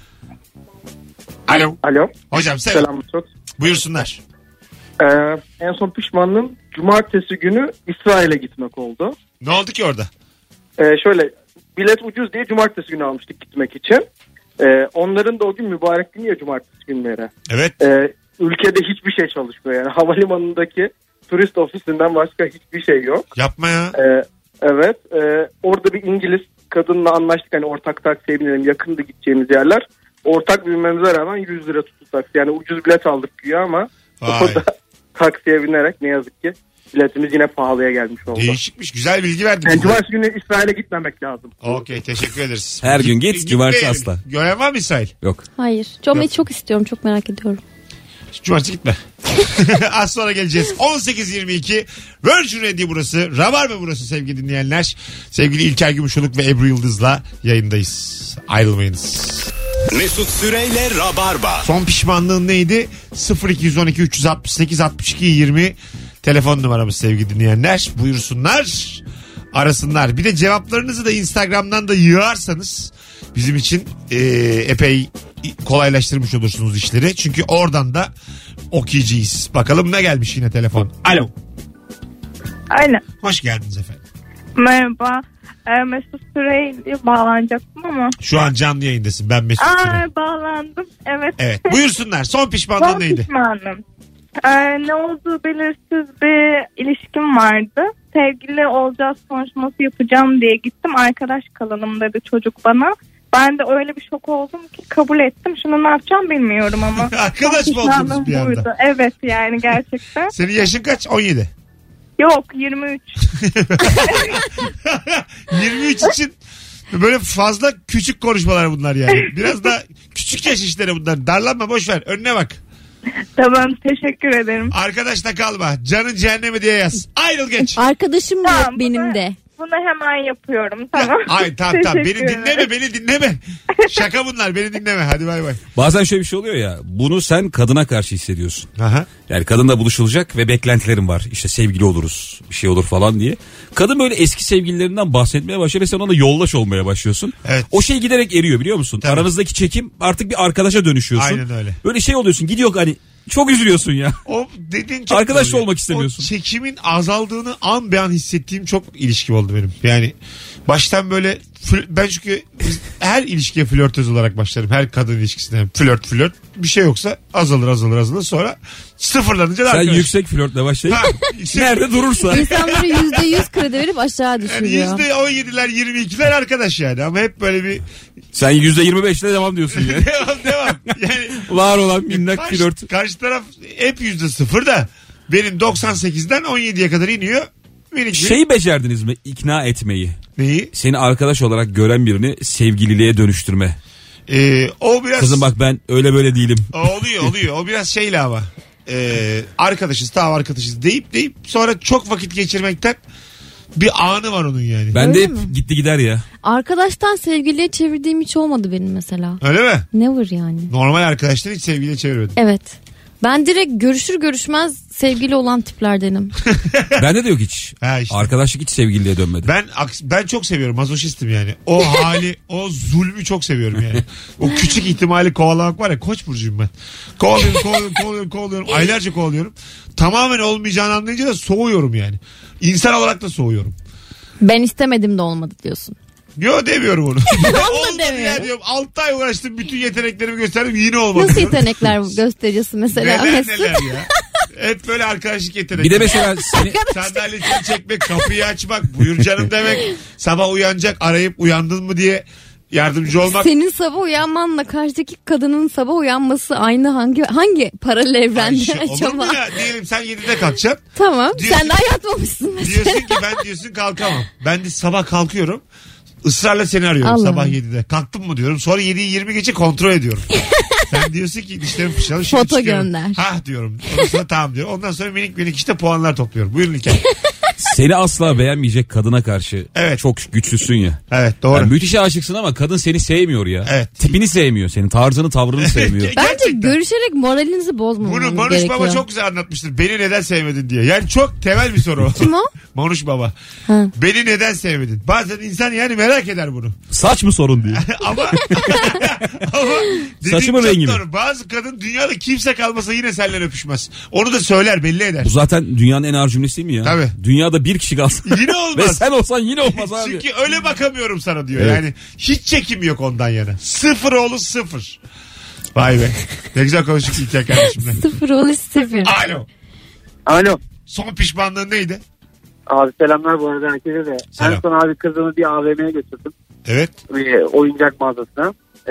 [SPEAKER 2] Alo.
[SPEAKER 7] Alo.
[SPEAKER 2] Hocam selam.
[SPEAKER 7] Selam Mesut.
[SPEAKER 2] Buyursunlar.
[SPEAKER 7] En son pişmanlığım cumartesi günü İsrail'e gitmek oldu.
[SPEAKER 2] Ne oldu ki orada?
[SPEAKER 7] Şöyle bilet ucuz diye cumartesi günü almıştık gitmek için. Onların da o gün mübarek günü ya cumartesi günleri.
[SPEAKER 2] Evet.
[SPEAKER 7] Ülkede hiçbir şey çalışmıyor yani havalimanındaki turist ofisinden başka hiçbir şey yok.
[SPEAKER 2] Yapma ya.
[SPEAKER 7] Evet. Orada bir İngiliz kadınla anlaştık hani ortak taksiye binelim, yakındı gideceğimiz yerler. Ortak binmemize rağmen 100 lira tuttu taksi. Yani ucuz bilet aldık güya ama
[SPEAKER 2] Vay.
[SPEAKER 7] orada taksiye binerek ne yazık ki biletimiz yine pahalıya gelmiş oldu.
[SPEAKER 2] Değişikmiş. Güzel bilgi verdin.
[SPEAKER 7] Yani cumartesi günü İsrail'e gitmemek lazım.
[SPEAKER 2] Okey, teşekkür ederiz.
[SPEAKER 4] Her gün git, cumartesi
[SPEAKER 2] Gitmeyelim.
[SPEAKER 4] asla.
[SPEAKER 2] Gören var mı İsrail?
[SPEAKER 4] Yok.
[SPEAKER 3] Hayır. Çok istiyorum. Çok merak ediyorum.
[SPEAKER 2] Cumartesi gitme. Az sonra geleceğiz. 18.22 Virgin Radio burası. Rabarba burası sevgili dinleyenler. Sevgili İlker Gümüşoluk ve Ebru Yıldız'la yayındayız. Ayrılmayınız.
[SPEAKER 1] Mesut Süreyle Rabarba.
[SPEAKER 2] Son pişmanlığın neydi? 0212 368 62 20 telefon numaramız sevgili dinleyenler. Buyursunlar. Arasınlar. Bir de cevaplarınızı da Instagram'dan da yığarsanız bizim için epey kolaylaştırmış olursunuz işleri. Çünkü oradan da okuyacağız. Bakalım ne gelmiş yine telefon. Alo.
[SPEAKER 10] Aynen.
[SPEAKER 2] Hoş geldiniz efendim.
[SPEAKER 10] Merhaba. Mesut Süreyle bağlanacaktım ama.
[SPEAKER 2] Şu an canlı yayındasın. Ben Mesut Süre.
[SPEAKER 10] Bağlandım. Evet.
[SPEAKER 2] Evet. Buyursunlar. Son pişmanlığın
[SPEAKER 10] Son
[SPEAKER 2] neydi?
[SPEAKER 10] pişmanım. Ne olduğu belirsiz bir ilişkim vardı. Sevgili olacağız konuşması yapacağım diye gittim. Arkadaş kalalım dedi çocuk bana. Ben de öyle bir şok oldum ki kabul ettim. Şunu ne yapacağım bilmiyorum ama.
[SPEAKER 2] Arkadaş mı oldunuz bir anda?
[SPEAKER 10] buydu. Evet yani gerçekten.
[SPEAKER 2] Senin yaşın kaç? 17.
[SPEAKER 10] Yok 23.
[SPEAKER 2] 23 için böyle fazla küçük konuşmalar bunlar yani. Biraz da küçük yaş işleri bunlar. Darlanma, boş ver. Önüne bak.
[SPEAKER 10] Tamam teşekkür ederim.
[SPEAKER 2] Arkadaşla kalma. Canın cehennemi diye yaz. Ayrıl geç.
[SPEAKER 3] Arkadaşım da
[SPEAKER 10] Tamam,
[SPEAKER 3] yok benim de.
[SPEAKER 10] Bunu hemen yapıyorum. Tamam.
[SPEAKER 2] Ay tamam. Beni
[SPEAKER 10] Teşekkür ederim.
[SPEAKER 2] dinleme. Şaka bunlar. Beni dinleme. Hadi bay bay.
[SPEAKER 4] Bazen şöyle bir şey oluyor ya. Bunu sen kadına karşı hissediyorsun.
[SPEAKER 2] Aha.
[SPEAKER 4] Yani kadınla buluşulacak ve beklentilerin var. İşte sevgili oluruz, bir şey olur falan diye. Kadın böyle eski sevgililerinden bahsetmeye başlıyor ve sen ona yoldaş olmaya başlıyorsun.
[SPEAKER 2] Evet.
[SPEAKER 4] O şey giderek eriyor biliyor musun?
[SPEAKER 2] Tabii.
[SPEAKER 4] Aranızdaki çekim artık bir arkadaşa dönüşüyorsun.
[SPEAKER 2] Aynen öyle.
[SPEAKER 4] Böyle şey oluyorsun, gidiyor hani çok üzülüyorsun ya.
[SPEAKER 2] O dediğin çok
[SPEAKER 4] Arkadaş
[SPEAKER 2] doğru.
[SPEAKER 4] olmak istemiyorsun.
[SPEAKER 2] O çekimin azaldığını an be an hissettiğim çok ilişkim oldu benim. Yani Baştan böyle ben çünkü her ilişkiye flörtöz olarak başlarım. Her kadın ilişkisine flört bir şey yoksa azalır sonra sıfırlanınca da
[SPEAKER 4] Sen
[SPEAKER 2] arkadaş.
[SPEAKER 4] yüksek flörtle başlayıp
[SPEAKER 2] işte
[SPEAKER 4] nerede durursa.
[SPEAKER 3] İnsanları %100 kredi verip aşağı
[SPEAKER 2] yani
[SPEAKER 3] düşürüyor.
[SPEAKER 2] %17'ler 22'ler arkadaş yani ama hep böyle bir
[SPEAKER 4] Sen %25'le devam diyorsun yani.
[SPEAKER 2] devam. Yani
[SPEAKER 4] Var olan minnak flört.
[SPEAKER 2] karşı taraf hep %0 da benim 98'den 17'ye kadar iniyor.
[SPEAKER 4] Şeyi becerdiniz mi? İkna etmeyi.
[SPEAKER 2] Neyi?
[SPEAKER 4] Seni arkadaş olarak gören birini sevgililiğe dönüştürme.
[SPEAKER 2] O biraz...
[SPEAKER 4] Kızım bak ben öyle böyle değilim.
[SPEAKER 2] Oluyor. O biraz şeyle ama. Arkadaşız deyip sonra çok vakit geçirmekten bir anı var onun yani.
[SPEAKER 4] Ben de
[SPEAKER 3] Öyle
[SPEAKER 4] hep
[SPEAKER 3] mi?
[SPEAKER 4] gitti gider ya.
[SPEAKER 3] Arkadaştan sevgiliye çevirdiğim hiç olmadı benim mesela.
[SPEAKER 2] Öyle mi?
[SPEAKER 3] Never yani.
[SPEAKER 2] Normal arkadaşlar hiç sevgiliye çevirmedim.
[SPEAKER 3] Evet. Ben direkt görüşür görüşmez sevgili olan tiplerdenim.
[SPEAKER 4] Bende de yok hiç.
[SPEAKER 2] Ha işte.
[SPEAKER 4] Arkadaşlık hiç sevgililiğe dönmedi.
[SPEAKER 2] Ben çok seviyorum. Mazoşistim yani. O hali, o zulmü çok seviyorum yani. O küçük ihtimali kovalamak var ya. Koç burcuyum ben. Kovalıyorum. Aylarca kovalıyorum. Tamamen olmayacağını anlayınca da soğuyorum yani. İnsan olarak da soğuyorum.
[SPEAKER 3] Ben istemedim de olmadı diyorsun.
[SPEAKER 2] Yo demiyorum onu. Olmadı
[SPEAKER 3] demiyorum.
[SPEAKER 2] ya diyorum. 6 ay uğraştım. Bütün yeteneklerimi gösterdim. Yine olmadı.
[SPEAKER 3] Nasıl yetenekler gösteriyorsun mesela?
[SPEAKER 2] Neler ya. Hep böyle arkadaşlık yetenekleri.
[SPEAKER 4] Bir de mesela seni...
[SPEAKER 2] Sandalyesini çekmek, kapıyı açmak, buyur canım demek. Sabah uyanacak, arayıp uyandın mı diye yardımcı olmak.
[SPEAKER 3] Senin sabah uyanmanla karşıdaki kadının sabah uyanması aynı hangi paralel evrende
[SPEAKER 2] Olur
[SPEAKER 3] acaba?
[SPEAKER 2] mu ya? Diyelim sen 7'de kalkacaksın.
[SPEAKER 3] Tamam.
[SPEAKER 2] Diyorsun-
[SPEAKER 3] Sen daha yatmamışsın mesela.
[SPEAKER 2] Diyorsun ki ben diyorsun kalkamam. Ben de sabah kalkıyorum. Israrla seni arıyorum
[SPEAKER 3] Allah.
[SPEAKER 2] sabah 7'de. Kalktın mı diyorum. Sonra 7'yi 20 geçe kontrol ediyorum. Sen diyorsun ki dişlerim fışalı.
[SPEAKER 3] Foto gönder.
[SPEAKER 2] Ha diyorum. Ondan sonra tamam diyorum. Ondan sonra minik işte puanlar topluyorum. Buyurun hikaye.
[SPEAKER 4] Seni asla beğenmeyecek kadına karşı
[SPEAKER 2] Evet.
[SPEAKER 4] çok güçlüsün ya.
[SPEAKER 2] Evet doğru.
[SPEAKER 4] Yani müthiş aşıksın ama kadın seni sevmiyor ya.
[SPEAKER 2] Evet.
[SPEAKER 4] Tipini sevmiyor. Senin tarzını tavrını sevmiyor.
[SPEAKER 3] Bence
[SPEAKER 2] Gerçekten.
[SPEAKER 3] görüşerek moralinizi bozmamanız
[SPEAKER 2] Bunu Manuş
[SPEAKER 3] gerekiyor.
[SPEAKER 2] Baba çok güzel anlatmıştır. Beni neden sevmedin diye. Yani çok temel bir soru o.
[SPEAKER 3] Kim o?
[SPEAKER 2] Manuş Baba.
[SPEAKER 3] Ha.
[SPEAKER 2] Beni neden sevmedin? Bazen insan yani merak eder bunu.
[SPEAKER 4] Saç mı sorun diye.
[SPEAKER 2] ama dediğin
[SPEAKER 4] Saçımın
[SPEAKER 2] çok
[SPEAKER 4] rengi mi?
[SPEAKER 2] doğru. Bazı kadın dünyada kimse kalmasa yine seninle öpüşmez. Onu da söyler, belli eder.
[SPEAKER 4] Bu zaten dünyanın en ağır cümlesi değil mi ya?
[SPEAKER 2] Tabii.
[SPEAKER 4] Dünyada bir kişi kalsa.
[SPEAKER 2] Yine
[SPEAKER 4] Ve
[SPEAKER 2] olmaz.
[SPEAKER 4] sen olsan yine olmaz abi.
[SPEAKER 2] Çünkü öyle bakamıyorum sana diyor.
[SPEAKER 4] Evet.
[SPEAKER 2] Yani hiç çekim yok ondan yana. 0 oğlu 0. Vay be. Ne güzel konuştuk İlker kardeşimle.
[SPEAKER 3] 0-0.
[SPEAKER 2] Alo.
[SPEAKER 8] Alo.
[SPEAKER 2] Son pişmanlığın neydi?
[SPEAKER 8] Abi selamlar bu arada herkese de.
[SPEAKER 2] Selam.
[SPEAKER 8] En son abi kızımı bir AVM'ye götürdüm.
[SPEAKER 2] Evet.
[SPEAKER 8] Bir oyuncak mağazasına.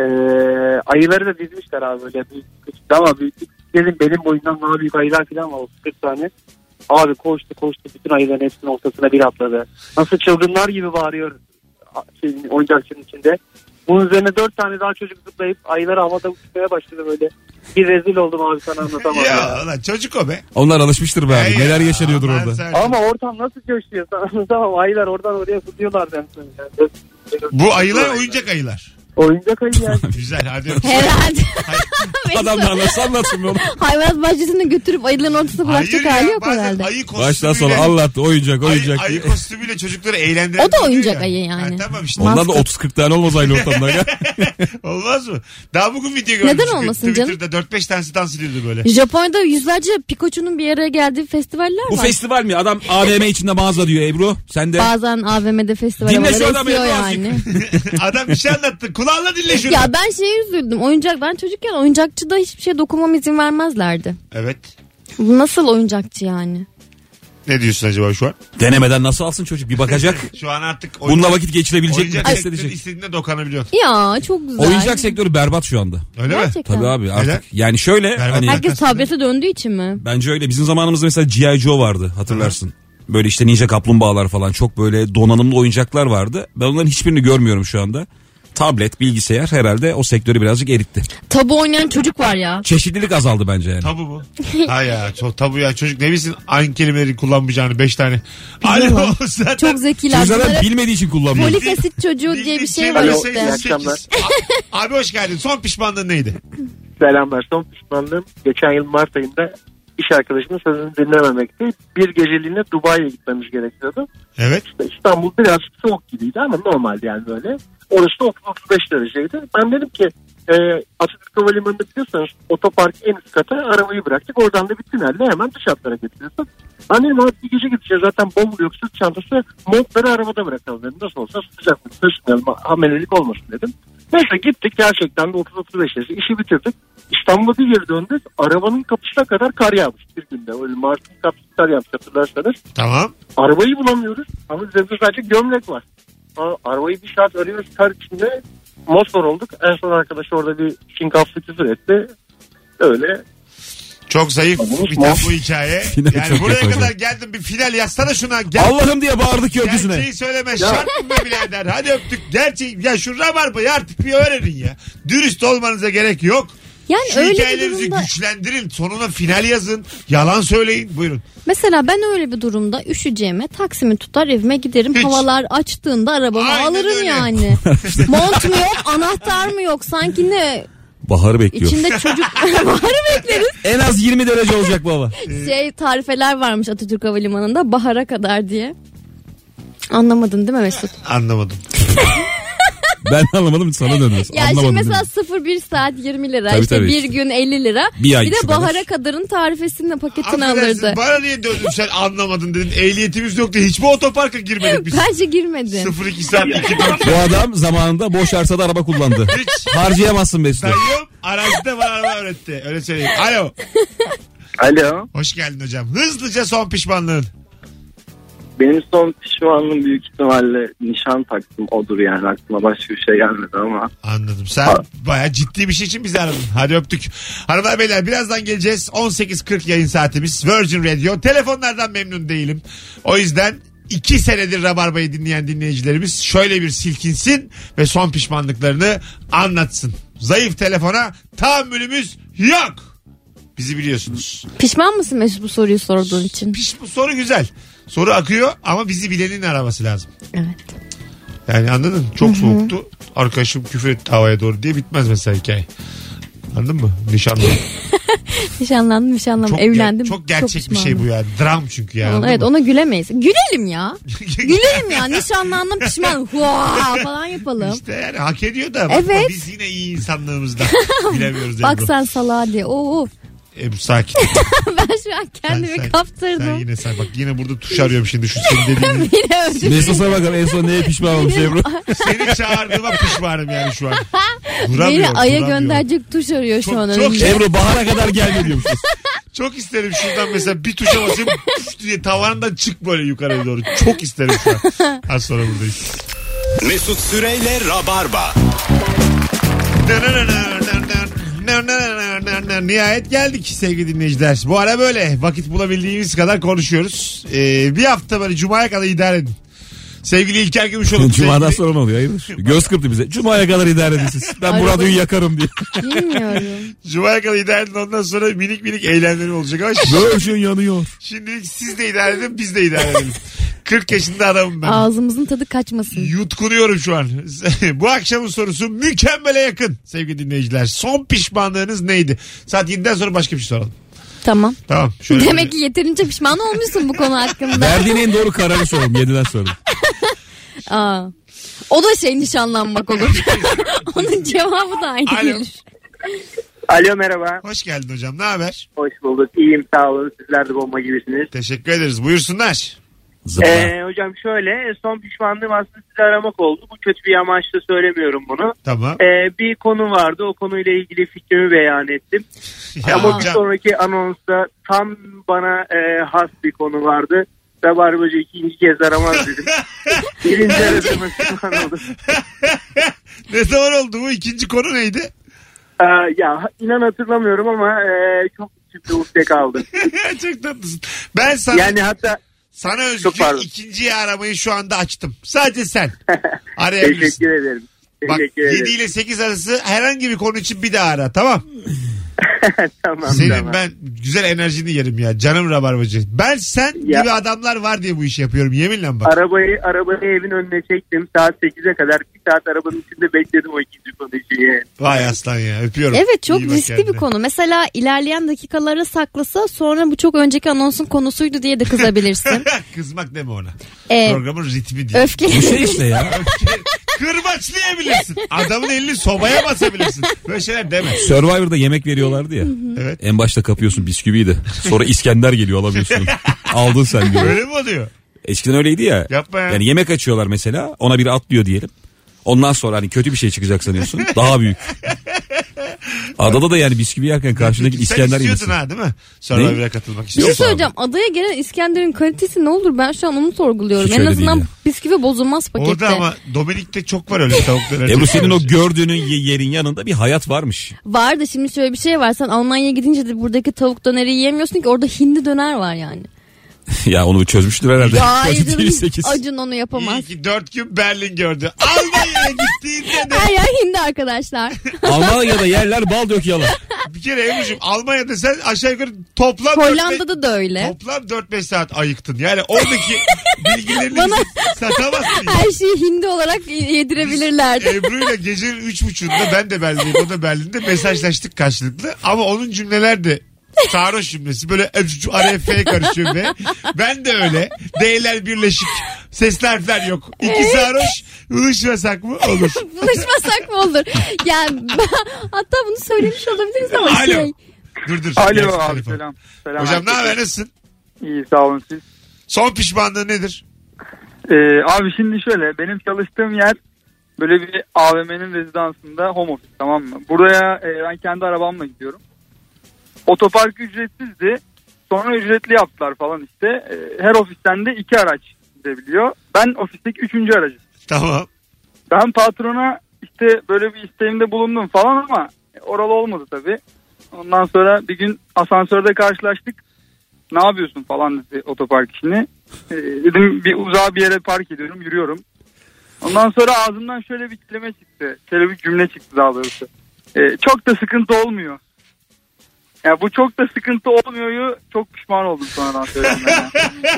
[SPEAKER 8] Ayıları da dizmişler abi böyle büyük küçük ama büyüklük dedim benim boyundan daha büyük ayılar falan var 40 tane. Abi koştu bütün ayıların hepsinin ortasına bir atladı. Nasıl çılgınlar gibi bağırıyor oyuncakçının içinde. Bunun üzerine 4 tane daha çocuk zıplayıp ayıları havada uçmaya başladı böyle. Bir rezil oldum abi sana anlatamam ya.
[SPEAKER 2] Ya lan çocuk o be.
[SPEAKER 4] Onlar alışmıştır be abi.
[SPEAKER 2] Hey
[SPEAKER 4] Neler
[SPEAKER 2] ya,
[SPEAKER 4] yaşanıyordur
[SPEAKER 2] aman
[SPEAKER 4] orada.
[SPEAKER 2] sen-
[SPEAKER 8] Ama ortam nasıl coşuyor sana anlatamam. Ayılar oradan oraya fırlıyorlar ben sana. Yani.
[SPEAKER 2] Bu ayılar oyuncak ayılar.
[SPEAKER 8] Oyuncak ayı yani.
[SPEAKER 2] Güzel hadi öpüyorum.
[SPEAKER 3] Herhalde.
[SPEAKER 4] Adam da nasıl anlatsın onu.
[SPEAKER 3] Hayvanat bahçesine götürüp ayıların ortasına bırakacak hali yok
[SPEAKER 2] bazen
[SPEAKER 3] herhalde.
[SPEAKER 2] ayı kostümüyle.
[SPEAKER 4] Baştan sona anlattı oyuncak
[SPEAKER 2] Ayı
[SPEAKER 4] diye.
[SPEAKER 2] kostümüyle çocukları eğlendiren.
[SPEAKER 3] O da
[SPEAKER 2] oluyor
[SPEAKER 3] oyuncak
[SPEAKER 2] ya.
[SPEAKER 3] ayı yani.
[SPEAKER 2] Ha, tamam işte.
[SPEAKER 4] Onlar da 30-40 tane olmaz aynı ortamda ya.
[SPEAKER 2] Olmaz mı? Daha bugün video gördüm.
[SPEAKER 3] Neden
[SPEAKER 2] çünkü.
[SPEAKER 3] olmasın canım?
[SPEAKER 2] Twitter'da 4-5 tanesi dans ediyordu böyle.
[SPEAKER 3] Japonya'da yüzlerce Pikachu'nun bir araya geldiği festivaller
[SPEAKER 4] Bu
[SPEAKER 3] var.
[SPEAKER 4] festival mi? Adam AVM içinde mağaza diyor Ebru. Sen de.
[SPEAKER 3] Bazen AVM'de festival
[SPEAKER 4] Dinle
[SPEAKER 3] var.
[SPEAKER 4] şu adamı
[SPEAKER 3] Esiyor
[SPEAKER 4] Ebru
[SPEAKER 3] yani.
[SPEAKER 2] Adam bir şey anlattı. Kulağınla dinle şunu.
[SPEAKER 3] Ya ben şeye üzüldüm. Ben çocukken oyuncakçıda hiçbir şeye dokunmama izin vermezlerdi.
[SPEAKER 2] Evet.
[SPEAKER 3] Bu nasıl oyuncakçı yani?
[SPEAKER 2] Ne diyorsun acaba şu an?
[SPEAKER 4] Denemeden nasıl alsın çocuk? Bir bakacak.
[SPEAKER 2] Şu an artık
[SPEAKER 4] Bununla vakit geçirebilecek mi?
[SPEAKER 2] oyuncak
[SPEAKER 4] Test
[SPEAKER 2] sektörü
[SPEAKER 4] edecek.
[SPEAKER 2] istediğinde dokanabiliyorsun.
[SPEAKER 3] Ya çok güzel.
[SPEAKER 4] Oyuncak sektörü berbat şu anda.
[SPEAKER 2] Öyle mi?
[SPEAKER 3] Gerçekten.
[SPEAKER 4] Tabii abi artık.
[SPEAKER 2] Neden?
[SPEAKER 4] Yani şöyle
[SPEAKER 2] Berbat.
[SPEAKER 4] hani
[SPEAKER 3] Herkes tablete döndüğü için mi?
[SPEAKER 4] bence öyle. Bizim zamanımızda mesela G.I. Joe vardı hatırlarsın. Böyle işte ninja kaplumbağalar falan çok böyle donanımlı oyuncaklar vardı. Ben onların hiçbirini görmüyorum şu anda. Tablet, bilgisayar herhalde o sektörü birazcık eritti.
[SPEAKER 3] Tabu oynayan çocuk var ya.
[SPEAKER 4] Çeşitlilik azaldı bence yani.
[SPEAKER 2] Tabu bu. Ha ya çok tabu ya. Çocuk ne bilsin aynı kelimeleri kullanmayacağını 5 tane.
[SPEAKER 3] Biliyorum.
[SPEAKER 2] Alo zaten.
[SPEAKER 3] Çok zekiler.
[SPEAKER 4] Çocuk zaten
[SPEAKER 3] Bunlara
[SPEAKER 4] bilmediği için kullanmıyor.
[SPEAKER 3] folik asit çocuğu diye bir şey var
[SPEAKER 8] Alo,
[SPEAKER 3] işte.
[SPEAKER 8] iyi akşamlar.
[SPEAKER 2] Abi hoş geldin. Son pişmanlığın neydi?
[SPEAKER 6] Selamlar. Son pişmanlığım geçen yıl Mart ayında
[SPEAKER 8] iş arkadaşımın sözünü dinlememekti. Bir geceliğine Dubai'ye gitmemiz gerekiyordu.
[SPEAKER 2] Evet.
[SPEAKER 8] İşte İstanbul birazcık soğuk gibiydi ama normaldi yani böyle. Orası da 30-35 dereceydi. Ben dedim ki Atatürk Havalimanı'nda biliyorsanız otopark en üst kata arabayı bıraktık. Oradan da bir tünelle hemen dış hatlara getiriyorsun. Ben dedim abi bir gece gideceğiz zaten bavul yok, sırt çantası, montları arabada bırakalım dedim. Nasıl olsa sıcak mı taşınalım, hamelelik olmasın dedim. Neyse gittik, gerçekten de 30-35 derece işi bitirdik. İstanbul'a bir geri döndük. Arabanın kapısına kadar kar yağmış bir günde. Öyle Mars'ın kapısına kar yağmış hatırlarsanız.
[SPEAKER 2] Tamam.
[SPEAKER 8] Arabayı bulamıyoruz ama üzerimizde sadece gömlek var. Arabayı bir saat arıyoruz kar içinde. Mosfor olduk. En son arkadaş orada bir şinkaflı küfür etti. Öyle.
[SPEAKER 2] Çok zayıf biten bu hikaye. Yani buraya kadar hocam. Geldim, bir final yazsana şuna.
[SPEAKER 4] Allah'ım diye bağırdık gökyüzüne.
[SPEAKER 2] Gerçeği söyleme şart mı be birader? Hadi öptük. Gerçeği ya şu rabarbayı artık bir öğrenin ya. Dürüst olmanıza gerek yok.
[SPEAKER 3] Yani
[SPEAKER 2] şu
[SPEAKER 3] öyle
[SPEAKER 2] hikayelerinizi
[SPEAKER 3] durumda...
[SPEAKER 2] güçlendirin. Sonuna final yazın. Yalan söyleyin. Buyurun.
[SPEAKER 3] Mesela ben öyle bir durumda üşüyeceğime taksimi tutar evime giderim.
[SPEAKER 2] Hiç.
[SPEAKER 3] Havalar açtığında arabamı
[SPEAKER 2] Aynen
[SPEAKER 3] alırım
[SPEAKER 2] öyle.
[SPEAKER 3] yani. Mont mu yok, anahtar mı yok? Sanki ne?
[SPEAKER 4] Baharı bekliyor.
[SPEAKER 3] İçinde çocuk baharı bekleriz.
[SPEAKER 4] En az 20 derece olacak bu hava.
[SPEAKER 3] Tarifeler varmış Atatürk Havalimanı'nda bahara kadar diye. Anlamadın değil mi Mesut?
[SPEAKER 2] Anlamadım.
[SPEAKER 4] Ben anlamadım, sana dönüyorsun.
[SPEAKER 3] Ya şimdi mesela 0-1 saat 20 lira,
[SPEAKER 4] tabii,
[SPEAKER 3] işte
[SPEAKER 4] tabii.
[SPEAKER 3] bir gün 50 lira.
[SPEAKER 4] Bir ay
[SPEAKER 3] de
[SPEAKER 4] şu kadar.
[SPEAKER 3] bahara kadarın tarifesini paketini
[SPEAKER 2] Affedersin,
[SPEAKER 3] alırdı.
[SPEAKER 2] bana niye döndün sen anlamadın dedin. Ehliyetimiz yoktu. Hiç mi otoparka girmedik biz?
[SPEAKER 3] Bence girmedin.
[SPEAKER 2] 0-2 saat 2-4.
[SPEAKER 4] Bu adam zamanında boş arsada araba kullandı.
[SPEAKER 2] Hiç.
[SPEAKER 4] Harcayamazsın Mesut.
[SPEAKER 2] Dayım arazide bana araba öğretti. Öyle söyleyeyim. Alo.
[SPEAKER 8] Alo.
[SPEAKER 2] Hoş geldin hocam. Hızlıca son pişmanlığın.
[SPEAKER 8] Benim son pişmanlığım büyük ihtimalle nişan taktım odur yani, aklıma başka bir şey gelmedi ama.
[SPEAKER 2] Anladım. Sen bayağı ciddi bir şey için bizi aradın. Hadi öptük. Hanımlar beyler birazdan geleceğiz. 18.40 yayın saatimiz. Virgin Radio. Telefonlardan memnun değilim. O yüzden 2 senedir Rabarba'yı dinleyen dinleyicilerimiz şöyle bir silkinsin ve son pişmanlıklarını anlatsın. Zayıf telefona tahammülümüz yok. Bizi biliyorsunuz.
[SPEAKER 3] Pişman mısın Mesut bu soruyu sorduğun için?
[SPEAKER 2] Bu soru güzel. Soru akıyor ama bizi bilenin araması lazım.
[SPEAKER 3] Evet.
[SPEAKER 2] Yani anladın? Çok soğuktu. Arkadaşım küfür etti havaya doğru diye bitmez mesela hikaye. Anladın mı? Nişanlı.
[SPEAKER 3] Nişanlandım. Evlendim.
[SPEAKER 2] Çok gerçek bir şey bu ya. Dram çünkü ya.
[SPEAKER 3] Evet, ona gülemeyiz. Gülelim ya. Gülelim ya. Nişanlandım, pişmanım. Huaa falan yapalım.
[SPEAKER 2] İşte yani hak ediyor da.
[SPEAKER 3] Evet.
[SPEAKER 2] Biz yine iyi insanlığımızdan bilemiyoruz.
[SPEAKER 3] Bak sen salağa diye.
[SPEAKER 2] Ebru sakin.
[SPEAKER 3] Ben şu an kendimi kaptırdım.
[SPEAKER 2] Sen yine bak yine burada tuş arıyorum şimdi şu senin dediğin.
[SPEAKER 4] Mesut'a bakalım en son neye pişman olmuş Ebru?
[SPEAKER 2] Seni çağırdığıma pişmanım yani şu an.
[SPEAKER 3] Beni Ay'a gönderecek tuş arıyor şu an önümde.
[SPEAKER 4] Ebru bahara kadar gelme diyormuşuz.
[SPEAKER 2] Çok isterim şuradan mesela bir tuşa basayım diye tavandan çık böyle yukarıya doğru. Çok isterim şu an. Az sonra buradayız.
[SPEAKER 1] Mesut Süreyle Rabarba.
[SPEAKER 2] Nihayet geldik sevgili dinleyiciler. Bu ara böyle vakit bulabildiğimiz kadar konuşuyoruz. Bir hafta böyle Cuma'ya kadar idare edin. Sevgili İlker Gümüşoğlu.
[SPEAKER 4] Cuma'dan sonra ne oluyor? Hayırdır? Göz kırptı bize. Cuma'ya kadar idare edin siz. Ben bu radyoyu yakarım diye.
[SPEAKER 3] Bilmiyorum.
[SPEAKER 2] Cuma'ya kadar idare edin, ondan sonra minik eylemlerim olacak ama
[SPEAKER 4] Böğüşün yanıyor.
[SPEAKER 2] şimdilik siz de idare edin, biz de idare edelim. 40 yaşında adamım ben.
[SPEAKER 3] Ağzımızın tadı kaçmasın.
[SPEAKER 2] Yutkunuyorum şu an. Bu akşamın sorusu mükemmele yakın sevgili dinleyiciler. Son pişmanlığınız neydi? Saat 7'den sonra başka bir şey soralım.
[SPEAKER 3] Tamam.
[SPEAKER 2] Tamam.
[SPEAKER 3] Demek ki yeterince pişman olmuşsun bu konu hakkında.
[SPEAKER 4] Verdiğin en doğru kararı soralım 7'den sonra.
[SPEAKER 3] O da nişanlanmak olur. Onun cevabı da aynı gelir.
[SPEAKER 8] Alo merhaba.
[SPEAKER 2] Hoş geldin hocam. Ne haber?
[SPEAKER 8] Hoş bulduk. İyiyim sağ olun. Sizler de bomba gibisiniz.
[SPEAKER 2] Teşekkür ederiz. Buyursunlar.
[SPEAKER 8] Hocam şöyle son pişmanlığım aslında sizi aramak oldu. Bu kötü bir amaçla söylemiyorum bunu.
[SPEAKER 2] Tamam.
[SPEAKER 8] Bir konu vardı. O konuyla ilgili fikrimi beyan ettim.
[SPEAKER 2] Ya
[SPEAKER 8] ama
[SPEAKER 2] hocam.
[SPEAKER 8] bir sonraki anonsta tam bana has bir konu vardı. Rabarbacı ikinci kez aramaz dedim. Birinci aradığıma pişman oldum.
[SPEAKER 2] Ne zaman oldu bu? İkinci konu neydi?
[SPEAKER 8] Ya inan hatırlamıyorum ama çok içimde ukde kaldı.
[SPEAKER 2] Çok tatlısın. Ben sana...
[SPEAKER 8] Yani hatta...
[SPEAKER 2] Sana özgü ikinciyi aramayı şu anda açtım. Sadece sen. Arayabilirsin.
[SPEAKER 8] Teşekkür ederim.
[SPEAKER 2] Bak 7 ile 8 arası herhangi bir konu için bir daha ara, tamam.
[SPEAKER 8] Tamam.
[SPEAKER 2] Senin
[SPEAKER 8] tamam.
[SPEAKER 2] ben güzel enerjini yerim ya. Canım Rabarbacı. Ben sen
[SPEAKER 8] Ya.
[SPEAKER 2] gibi adamlar var diye bu işi yapıyorum. Yeminle bak.
[SPEAKER 8] Arabayı evin önüne çektim. Saat 8'e kadar 1 saat arabanın içinde bekledim o ikinci konuşuyu.
[SPEAKER 2] Vay aslan ya. Öpüyorum.
[SPEAKER 3] Evet, çok
[SPEAKER 2] İyi bak
[SPEAKER 3] riskli
[SPEAKER 2] kendine.
[SPEAKER 3] bir konu. Mesela ilerleyen dakikalara saklasa sonra bu çok önceki anonsun konusuydu diye de kızabilirsin.
[SPEAKER 2] Kızmak deme ona.
[SPEAKER 3] Ee,
[SPEAKER 2] Programın ritmi diye.
[SPEAKER 3] Öfkeli.
[SPEAKER 4] Bu şey işte ya.
[SPEAKER 2] Kırbaçlayabilirsin. Adamın elini sobaya basabilirsin. Böyle şeyler deme.
[SPEAKER 4] Survivor'da yemek veriyorlardı ya.
[SPEAKER 2] Evet.
[SPEAKER 4] En başta kapıyorsun bisküviyi de. Sonra İskender geliyor alamıyorsun. Aldın sen diyor.
[SPEAKER 2] Öyle mi oluyor?
[SPEAKER 4] Eskiden öyleydi ya.
[SPEAKER 2] Yapma ya.
[SPEAKER 4] Yani yemek açıyorlar mesela. Ona biri atlıyor diyelim. Ondan sonra hani kötü bir şey çıkacak sanıyorsun. Daha büyük. Adada da yani bisküvi yerken karşındaki İskender
[SPEAKER 2] Sen
[SPEAKER 4] yemesin.
[SPEAKER 2] istiyordun ha değil mi? Survivor'a katılmak
[SPEAKER 3] Bir şey
[SPEAKER 2] istiyorsun.
[SPEAKER 3] söyleyeceğim. Adaya gelen İskender'in kalitesi ne olur? Ben şu an onu sorguluyorum.
[SPEAKER 4] Hiç
[SPEAKER 3] En
[SPEAKER 4] öyle
[SPEAKER 3] azından
[SPEAKER 4] değil
[SPEAKER 3] bisküvi bozulmaz pakette.
[SPEAKER 2] Orada ama Dominik'te çok var öyle tavuklar.
[SPEAKER 4] Ebru senin o gördüğünün yerin yanında bir hayat varmış.
[SPEAKER 3] Var da şimdi şöyle bir şey var. Sen Almanya'ya gidince de buradaki tavuk döneri yiyemiyorsun ki, orada hindi döner var yani.
[SPEAKER 4] Ya onu çözmüştür herhalde.
[SPEAKER 3] Hayır canım,
[SPEAKER 4] TV8.
[SPEAKER 3] Acun onu yapamaz.
[SPEAKER 2] İyi ki 4 gün Berlin gördü. Almanya'ya gittiğinde de
[SPEAKER 3] Her yer hindi arkadaşlar.
[SPEAKER 4] Almanya'da yerler bal dök yalan.
[SPEAKER 2] bir kere Ebru'cum Almanya'da sen aşağı yukarı toplam
[SPEAKER 3] Hollanda'da da öyle.
[SPEAKER 2] Toplam 4-5 saat ayıktın. Yani oradaki bilgilerini
[SPEAKER 3] Bana-
[SPEAKER 2] satamazsın.
[SPEAKER 3] Her şeyi hindi olarak yedirebilirlerdi.
[SPEAKER 2] Ebru'yla gecenin 3.30'da ben de Berlin'deyim, o da Berlin'de mesajlaştık karşılıklı. Ama onun cümleler de sarhoş cümlesi. Böyle araya F karışıyor ve ben de öyle. D'ler birleşik. Sesli harfler yok. İki sarhoş ılışmasak mı? Olur.
[SPEAKER 3] Buluşmasak mı olur? Yani hatta bunu söylemiş olabiliriz ama
[SPEAKER 2] Alo.
[SPEAKER 3] şey.
[SPEAKER 2] Dur.
[SPEAKER 6] Alo
[SPEAKER 2] Gelsin
[SPEAKER 6] abi
[SPEAKER 2] telefon.
[SPEAKER 6] selam.
[SPEAKER 2] Hocam ne haber, nasılsın?
[SPEAKER 6] İyi sağ olun siz.
[SPEAKER 2] Son pişmanlığı nedir?
[SPEAKER 6] Abi şimdi şöyle, benim çalıştığım yer böyle bir AVM'nin rezidansında home office, tamam mı? Buraya ben kendi arabamla gidiyorum. Otopark ücretsizdi. Sonra ücretli yaptılar falan işte. Her ofisten de 2 araç gidebiliyor. Ben ofisteki 3. aracım.
[SPEAKER 2] Tamam.
[SPEAKER 6] Ben patrona işte böyle bir isteğimde bulundum falan ama oralı olmadı tabii. Ondan sonra bir gün asansörde karşılaştık. Ne yapıyorsun falan dedi otopark işini. Dedim bir uzağa bir yere park ediyorum, yürüyorum. Ondan sonra ağzımdan şöyle bir kelime çıktı. Şöyle bir cümle çıktı daha doğrusu. Çok da sıkıntı olmuyor. Yani bu çok da sıkıntı olmuyor'yu çok pişman oldum sonradan söylemeden.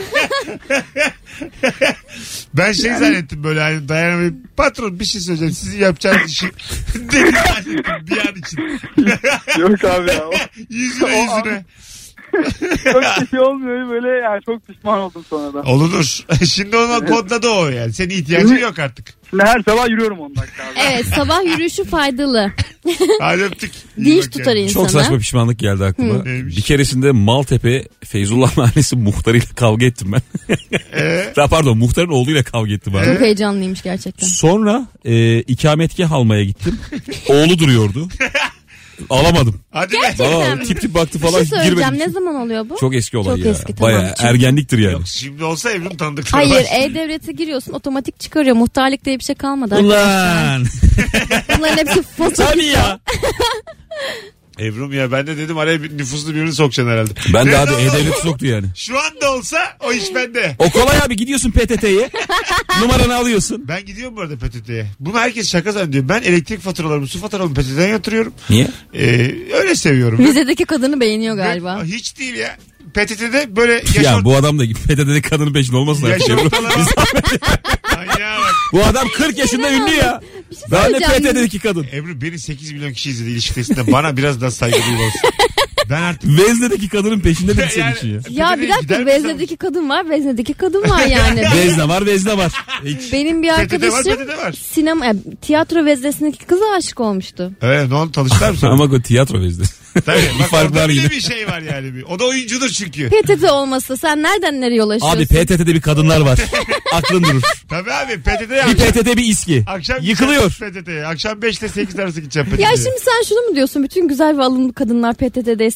[SPEAKER 2] Ben zannettim böyle hani dayanamayıp patron bir şey söyleyeceğim, sizin yapacağınız işi dedim zannettim bir an için.
[SPEAKER 6] Yok abi ya.
[SPEAKER 2] yüzüne.
[SPEAKER 6] Çok bir şey olmuyor böyle, yani çok pişman oldum sonradan.
[SPEAKER 2] Olunur. Şimdi ona kodladı o yani. Senin ihtiyacın yok artık.
[SPEAKER 6] Şimdi her sabah yürüyorum 10 dakika abi.
[SPEAKER 3] Evet, sabah yürüyüşü faydalı.
[SPEAKER 2] Hadi öptük. İyi
[SPEAKER 3] Dinç
[SPEAKER 2] bak
[SPEAKER 3] tutar
[SPEAKER 2] kendine.
[SPEAKER 3] insanı.
[SPEAKER 4] Çok saçma pişmanlık geldi aklıma.
[SPEAKER 2] Neymiş?
[SPEAKER 4] Bir keresinde Maltepe Feyzullah Mahallesi muhtarıyla kavga ettim ben. Pardon, muhtarın oğluyla kavga ettim abi.
[SPEAKER 3] Çok heyecanlıymış gerçekten.
[SPEAKER 4] Sonra ikametgah almaya gittim. Oğlu duruyordu. Alamadım.
[SPEAKER 2] Hadi be.
[SPEAKER 3] Gerçekten mi?
[SPEAKER 4] Tip tip baktı
[SPEAKER 3] Bir
[SPEAKER 4] falan,
[SPEAKER 3] şey söyleyeceğim.
[SPEAKER 4] girmedim.
[SPEAKER 3] Ne zaman oluyor bu?
[SPEAKER 4] Çok eski olay
[SPEAKER 3] Çok
[SPEAKER 4] ya.
[SPEAKER 3] eski, tamam.
[SPEAKER 4] Bayağı
[SPEAKER 3] Çünkü-
[SPEAKER 4] ergenliktir yani.
[SPEAKER 2] Yok, şimdi olsa Ebru'nun tanıdıkları
[SPEAKER 3] Hayır,
[SPEAKER 2] var.
[SPEAKER 3] E-Devlet'e giriyorsun, otomatik çıkarıyor. Muhtarlık diye bir şey kalmadı. arkadaşlar.
[SPEAKER 4] Ulan.
[SPEAKER 3] Bunların hepsi fotoğraf.
[SPEAKER 4] Tabii ya.
[SPEAKER 2] Ebru'm ya, ben de dedim araya bir nüfuslu birini sokacaksın herhalde.
[SPEAKER 4] Ben de
[SPEAKER 2] Ne
[SPEAKER 4] abi
[SPEAKER 2] zaman?
[SPEAKER 4] E-Devlet'i soktu yani.
[SPEAKER 2] Şu anda olsa o iş bende.
[SPEAKER 4] O kolay abi, gidiyorsun PTT'ye. Numaranı alıyorsun.
[SPEAKER 2] Ben gidiyorum bu arada PTT'ye. Bunu herkes şaka zannediyor. Ben elektrik faturalarımı, su faturalarımı PTT'den yatırıyorum.
[SPEAKER 4] Niye?
[SPEAKER 2] Öyle seviyorum.
[SPEAKER 3] Vizedeki kadını beğeniyor galiba.
[SPEAKER 2] Hiç değil ya. PTT'de böyle
[SPEAKER 4] Ya bu adam da PTT'de kadının peşinde olmasın.
[SPEAKER 2] Yaş
[SPEAKER 4] Şey bu.
[SPEAKER 2] ortalama. Manyağa bak.
[SPEAKER 4] Bu adam 40 yaşında ünlü ya. Ben de
[SPEAKER 3] söyleyeceğim.
[SPEAKER 4] PTT'deki kadın.
[SPEAKER 2] Ebru, beni 8 milyon kişi izledi ilişki testinde. Bana biraz daha saygı duymalısın. Ben artık...
[SPEAKER 4] Vezne'deki kadının peşinde de senin
[SPEAKER 2] Yani-
[SPEAKER 4] için ya.
[SPEAKER 3] Ya bir
[SPEAKER 2] Gider
[SPEAKER 3] dakika,
[SPEAKER 2] misin?
[SPEAKER 3] Veznedeki kadın var, Veznedeki kadın var yani.
[SPEAKER 4] Vezne var, Vezne var. Hiç.
[SPEAKER 3] Benim bir
[SPEAKER 2] PTT var,
[SPEAKER 3] arkadaşım
[SPEAKER 2] PTT var.
[SPEAKER 3] sinema, tiyatro veznesindeki kıza aşık olmuştu.
[SPEAKER 2] Evet, ne oldu, tanıştılar mı sonra?
[SPEAKER 4] Ama o tiyatro Vezne.
[SPEAKER 2] Tabii. Bak
[SPEAKER 4] fark
[SPEAKER 2] orada
[SPEAKER 4] var
[SPEAKER 2] bile
[SPEAKER 4] yine.
[SPEAKER 2] bir şey var yani. O da oyuncudur çünkü.
[SPEAKER 3] PTT olmasa sen nereden nereye ulaşıyorsun?
[SPEAKER 4] Abi PTT'de bir kadınlar var. Aklın durur.
[SPEAKER 2] Tabii abi, PTT'ye
[SPEAKER 4] Bir
[SPEAKER 2] akşam,
[SPEAKER 4] PTT bir iski.
[SPEAKER 2] akşam
[SPEAKER 4] Yıkılıyor.
[SPEAKER 2] PTT'ye. Akşam 5 ile 8 arası gideceğim PTT'ye.
[SPEAKER 3] Ya şimdi sen şunu mu diyorsun? Bütün güzel ve alımlı kadınlar PTT'deyse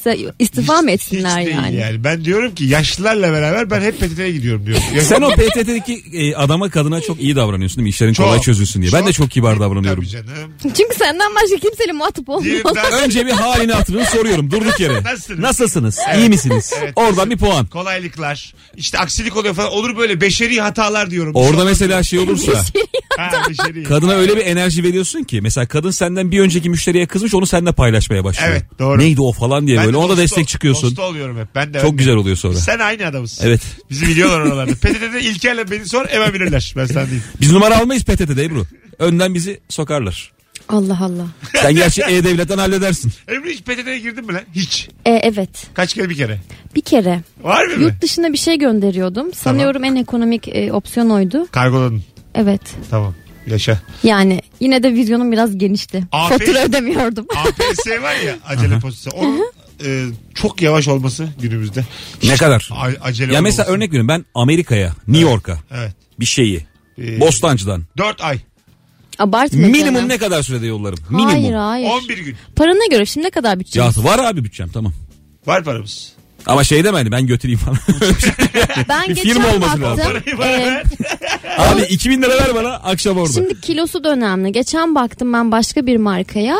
[SPEAKER 3] gerekirse istifa mı etsinler
[SPEAKER 2] Hiç değil
[SPEAKER 3] yani?
[SPEAKER 2] Ben diyorum ki yaşlılarla beraber ben hep PTT'ye gidiyorum diyorum.
[SPEAKER 4] Sen o PTT'deki adama kadına çok iyi davranıyorsun değil mi? İşlerin kolay
[SPEAKER 2] Çok,
[SPEAKER 4] çözülsün diye. Ben de çok kibar davranıyorum.
[SPEAKER 2] Tabii canım.
[SPEAKER 3] Çünkü senden başka kimseyle muhatap
[SPEAKER 2] Diyelim
[SPEAKER 3] olmaz.
[SPEAKER 2] ben-
[SPEAKER 4] Önce bir halini hatırını soruyorum durduk yere.
[SPEAKER 2] Nasılsınız?
[SPEAKER 4] Nasılsınız?
[SPEAKER 2] Evet.
[SPEAKER 4] İyi misiniz?
[SPEAKER 2] Evet.
[SPEAKER 4] Oradan bir puan.
[SPEAKER 2] Kolaylıklar. İşte aksilik oluyor falan. Olur böyle beşeri hatalar diyorum.
[SPEAKER 4] Orada mesela şey olursa
[SPEAKER 2] Ha, beşeri.
[SPEAKER 4] kadına öyle bir enerji veriyorsun ki mesela kadın senden bir önceki müşteriye kızmış onu seninle paylaşmaya başlıyor.
[SPEAKER 2] Evet, doğru.
[SPEAKER 4] Neydi o falan diye
[SPEAKER 2] Ben
[SPEAKER 4] böyle
[SPEAKER 2] de
[SPEAKER 4] ona
[SPEAKER 2] dostu-
[SPEAKER 4] destek çıkıyorsun.
[SPEAKER 2] Dostu oluyorum hep. Ben de
[SPEAKER 4] Çok
[SPEAKER 2] öyle.
[SPEAKER 4] güzel oluyor sonra.
[SPEAKER 2] Sen aynı adamısın.
[SPEAKER 4] Evet.
[SPEAKER 2] Bizi biliyorlar oralarda. PTT'de İlker'le beni sor eve bilirler. Ben sen değilim.
[SPEAKER 4] Biz numara almayız PTT'de Ebru. Önden bizi sokarlar.
[SPEAKER 3] Allah Allah.
[SPEAKER 4] Sen gerçi E-Devlet'ten halledersin.
[SPEAKER 2] Ebru hiç PTT'ye girdin mi lan? Hiç.
[SPEAKER 3] Evet.
[SPEAKER 2] Kaç kere bir kere?
[SPEAKER 3] Bir kere.
[SPEAKER 2] Var mı?
[SPEAKER 3] Yurt dışına bir şey gönderiyordum. Sanıyorum en ekonomik opsiyon oydu.
[SPEAKER 2] Kargoladın.
[SPEAKER 3] Evet.
[SPEAKER 2] Tamam. Yaşa.
[SPEAKER 3] Yani yine de vizyonum biraz genişti.
[SPEAKER 2] Aferin.
[SPEAKER 3] Fatura ödemiyordum.
[SPEAKER 2] APS var ya acele postası. Onun çok yavaş olması günümüzde.
[SPEAKER 4] Ne kadar?
[SPEAKER 2] Acele
[SPEAKER 4] Ya mesela
[SPEAKER 2] olmaması.
[SPEAKER 4] örnek veriyorum ben Amerika'ya, New York'a
[SPEAKER 2] Evet.
[SPEAKER 4] bir şeyi
[SPEAKER 2] Ee,
[SPEAKER 4] Bostancı'dan
[SPEAKER 2] 4 ay.
[SPEAKER 3] Abartma
[SPEAKER 4] minimum
[SPEAKER 3] canım.
[SPEAKER 4] ne kadar sürede yollarım? Minimum.
[SPEAKER 3] Hayır hayır.
[SPEAKER 2] 11 gün.
[SPEAKER 3] Parana göre şimdi ne kadar bütçe?
[SPEAKER 4] Ya var abi bütçem tamam.
[SPEAKER 2] Var paramız.
[SPEAKER 4] Ama şey deme hani ben götüreyim falan.
[SPEAKER 3] Ben
[SPEAKER 4] Bir
[SPEAKER 3] geçen
[SPEAKER 4] firma olması
[SPEAKER 3] baktım.
[SPEAKER 4] lazım.
[SPEAKER 2] Parayı bana ver.
[SPEAKER 4] Abi 2000 lira ver bana akşam orada.
[SPEAKER 3] Şimdi kilosu da önemli. Geçen baktım ben başka bir markaya.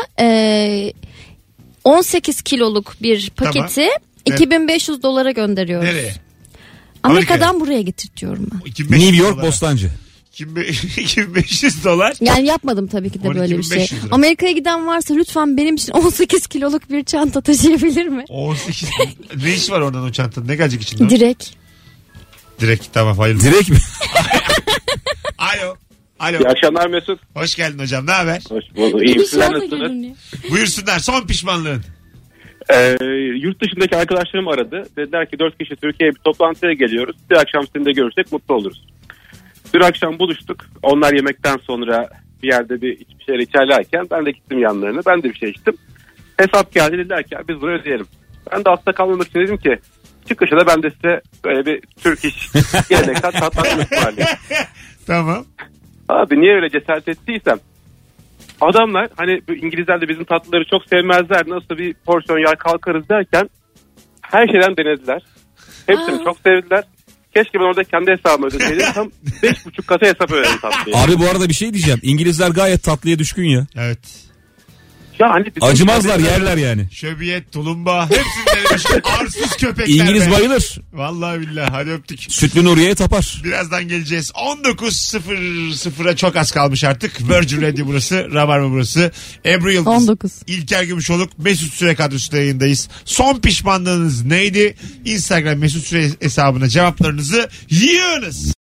[SPEAKER 3] 18 kiloluk bir paketi
[SPEAKER 2] Tamam.
[SPEAKER 3] 2500 dolara gönderiyoruz.
[SPEAKER 2] Nereye?
[SPEAKER 3] Amerika'dan buraya getirtiyorum ben.
[SPEAKER 2] 2500
[SPEAKER 4] New York
[SPEAKER 2] dolar.
[SPEAKER 4] Bostancı.
[SPEAKER 2] 2500 dolar.
[SPEAKER 3] Yani yapmadım tabii ki de böyle bir şey.
[SPEAKER 2] 12.500 lira.
[SPEAKER 3] Amerika'ya giden varsa lütfen benim için 18 kiloluk bir çanta taşıyabilir mi?
[SPEAKER 2] 18. Ne iş var oradan o çantanın? Ne gelecek içinde?
[SPEAKER 3] Direkt.
[SPEAKER 2] Direkt tamam hayırlı.
[SPEAKER 4] Direkt mi?
[SPEAKER 2] Alo. Alo.
[SPEAKER 11] İyi akşamlar Mesut.
[SPEAKER 2] Hoş geldin hocam. Ne haber?
[SPEAKER 11] Hoş bulduk. İyiyim. Sizler
[SPEAKER 3] İnşallah
[SPEAKER 11] nasılsınız?
[SPEAKER 3] görünüyor.
[SPEAKER 2] Buyursunlar. Son pişmanlığın.
[SPEAKER 11] Yurt dışındaki arkadaşlarım aradı. Dediler ki 4 kişi Türkiye'ye bir toplantıya geliyoruz. Bir akşam seni de görürsek mutlu oluruz. Bir akşam buluştuk. Onlar yemekten sonra bir yerde bir şeyler içerlerken ben de gittim yanlarına. Ben de bir şey içtim. Hesap geldi, dediler ki biz buraya ödeyelim. Ben de hasta kalmamak için dedim ki çıkışta da ben de size böyle bir Türk iş geleneksel tatlı ısmarlayayım.
[SPEAKER 2] Tamam.
[SPEAKER 11] Abi niye öyle cesaret ettiysem. Adamlar hani İngilizler de bizim tatlıları çok sevmezler. Nasıl bir porsiyon yer kalkarız derken her şeyden denediler. Hepsini çok sevdiler. Keşke ben orada kendi hesabımı ödeseydim. Tam 5,5 katı hesap ödedim tatlıya.
[SPEAKER 4] Abi bu arada bir şey diyeceğim. İngilizler gayet tatlıya düşkün ya.
[SPEAKER 2] Evet.
[SPEAKER 11] Ya hani bizim
[SPEAKER 4] Acımazlar yerler yani.
[SPEAKER 2] Şöbiyet, tulumba hepsini denemiş. Arsız köpekler
[SPEAKER 4] İngiliz
[SPEAKER 2] be.
[SPEAKER 4] bayılır.
[SPEAKER 2] Vallahi billahi hadi öptük.
[SPEAKER 4] Sütlü Nuriye'ye tapar.
[SPEAKER 2] Birazdan geleceğiz. 19.00'a çok az kalmış artık. Virgin Radio burası. Rabarba burası. Ebru Yıldız.
[SPEAKER 3] 19.
[SPEAKER 2] İlker Gümüşoluk. Mesut Süre kadrosuyla yayındayız. Son pişmanlığınız neydi? Instagram Mesut Süre hesabına cevaplarınızı yığınız.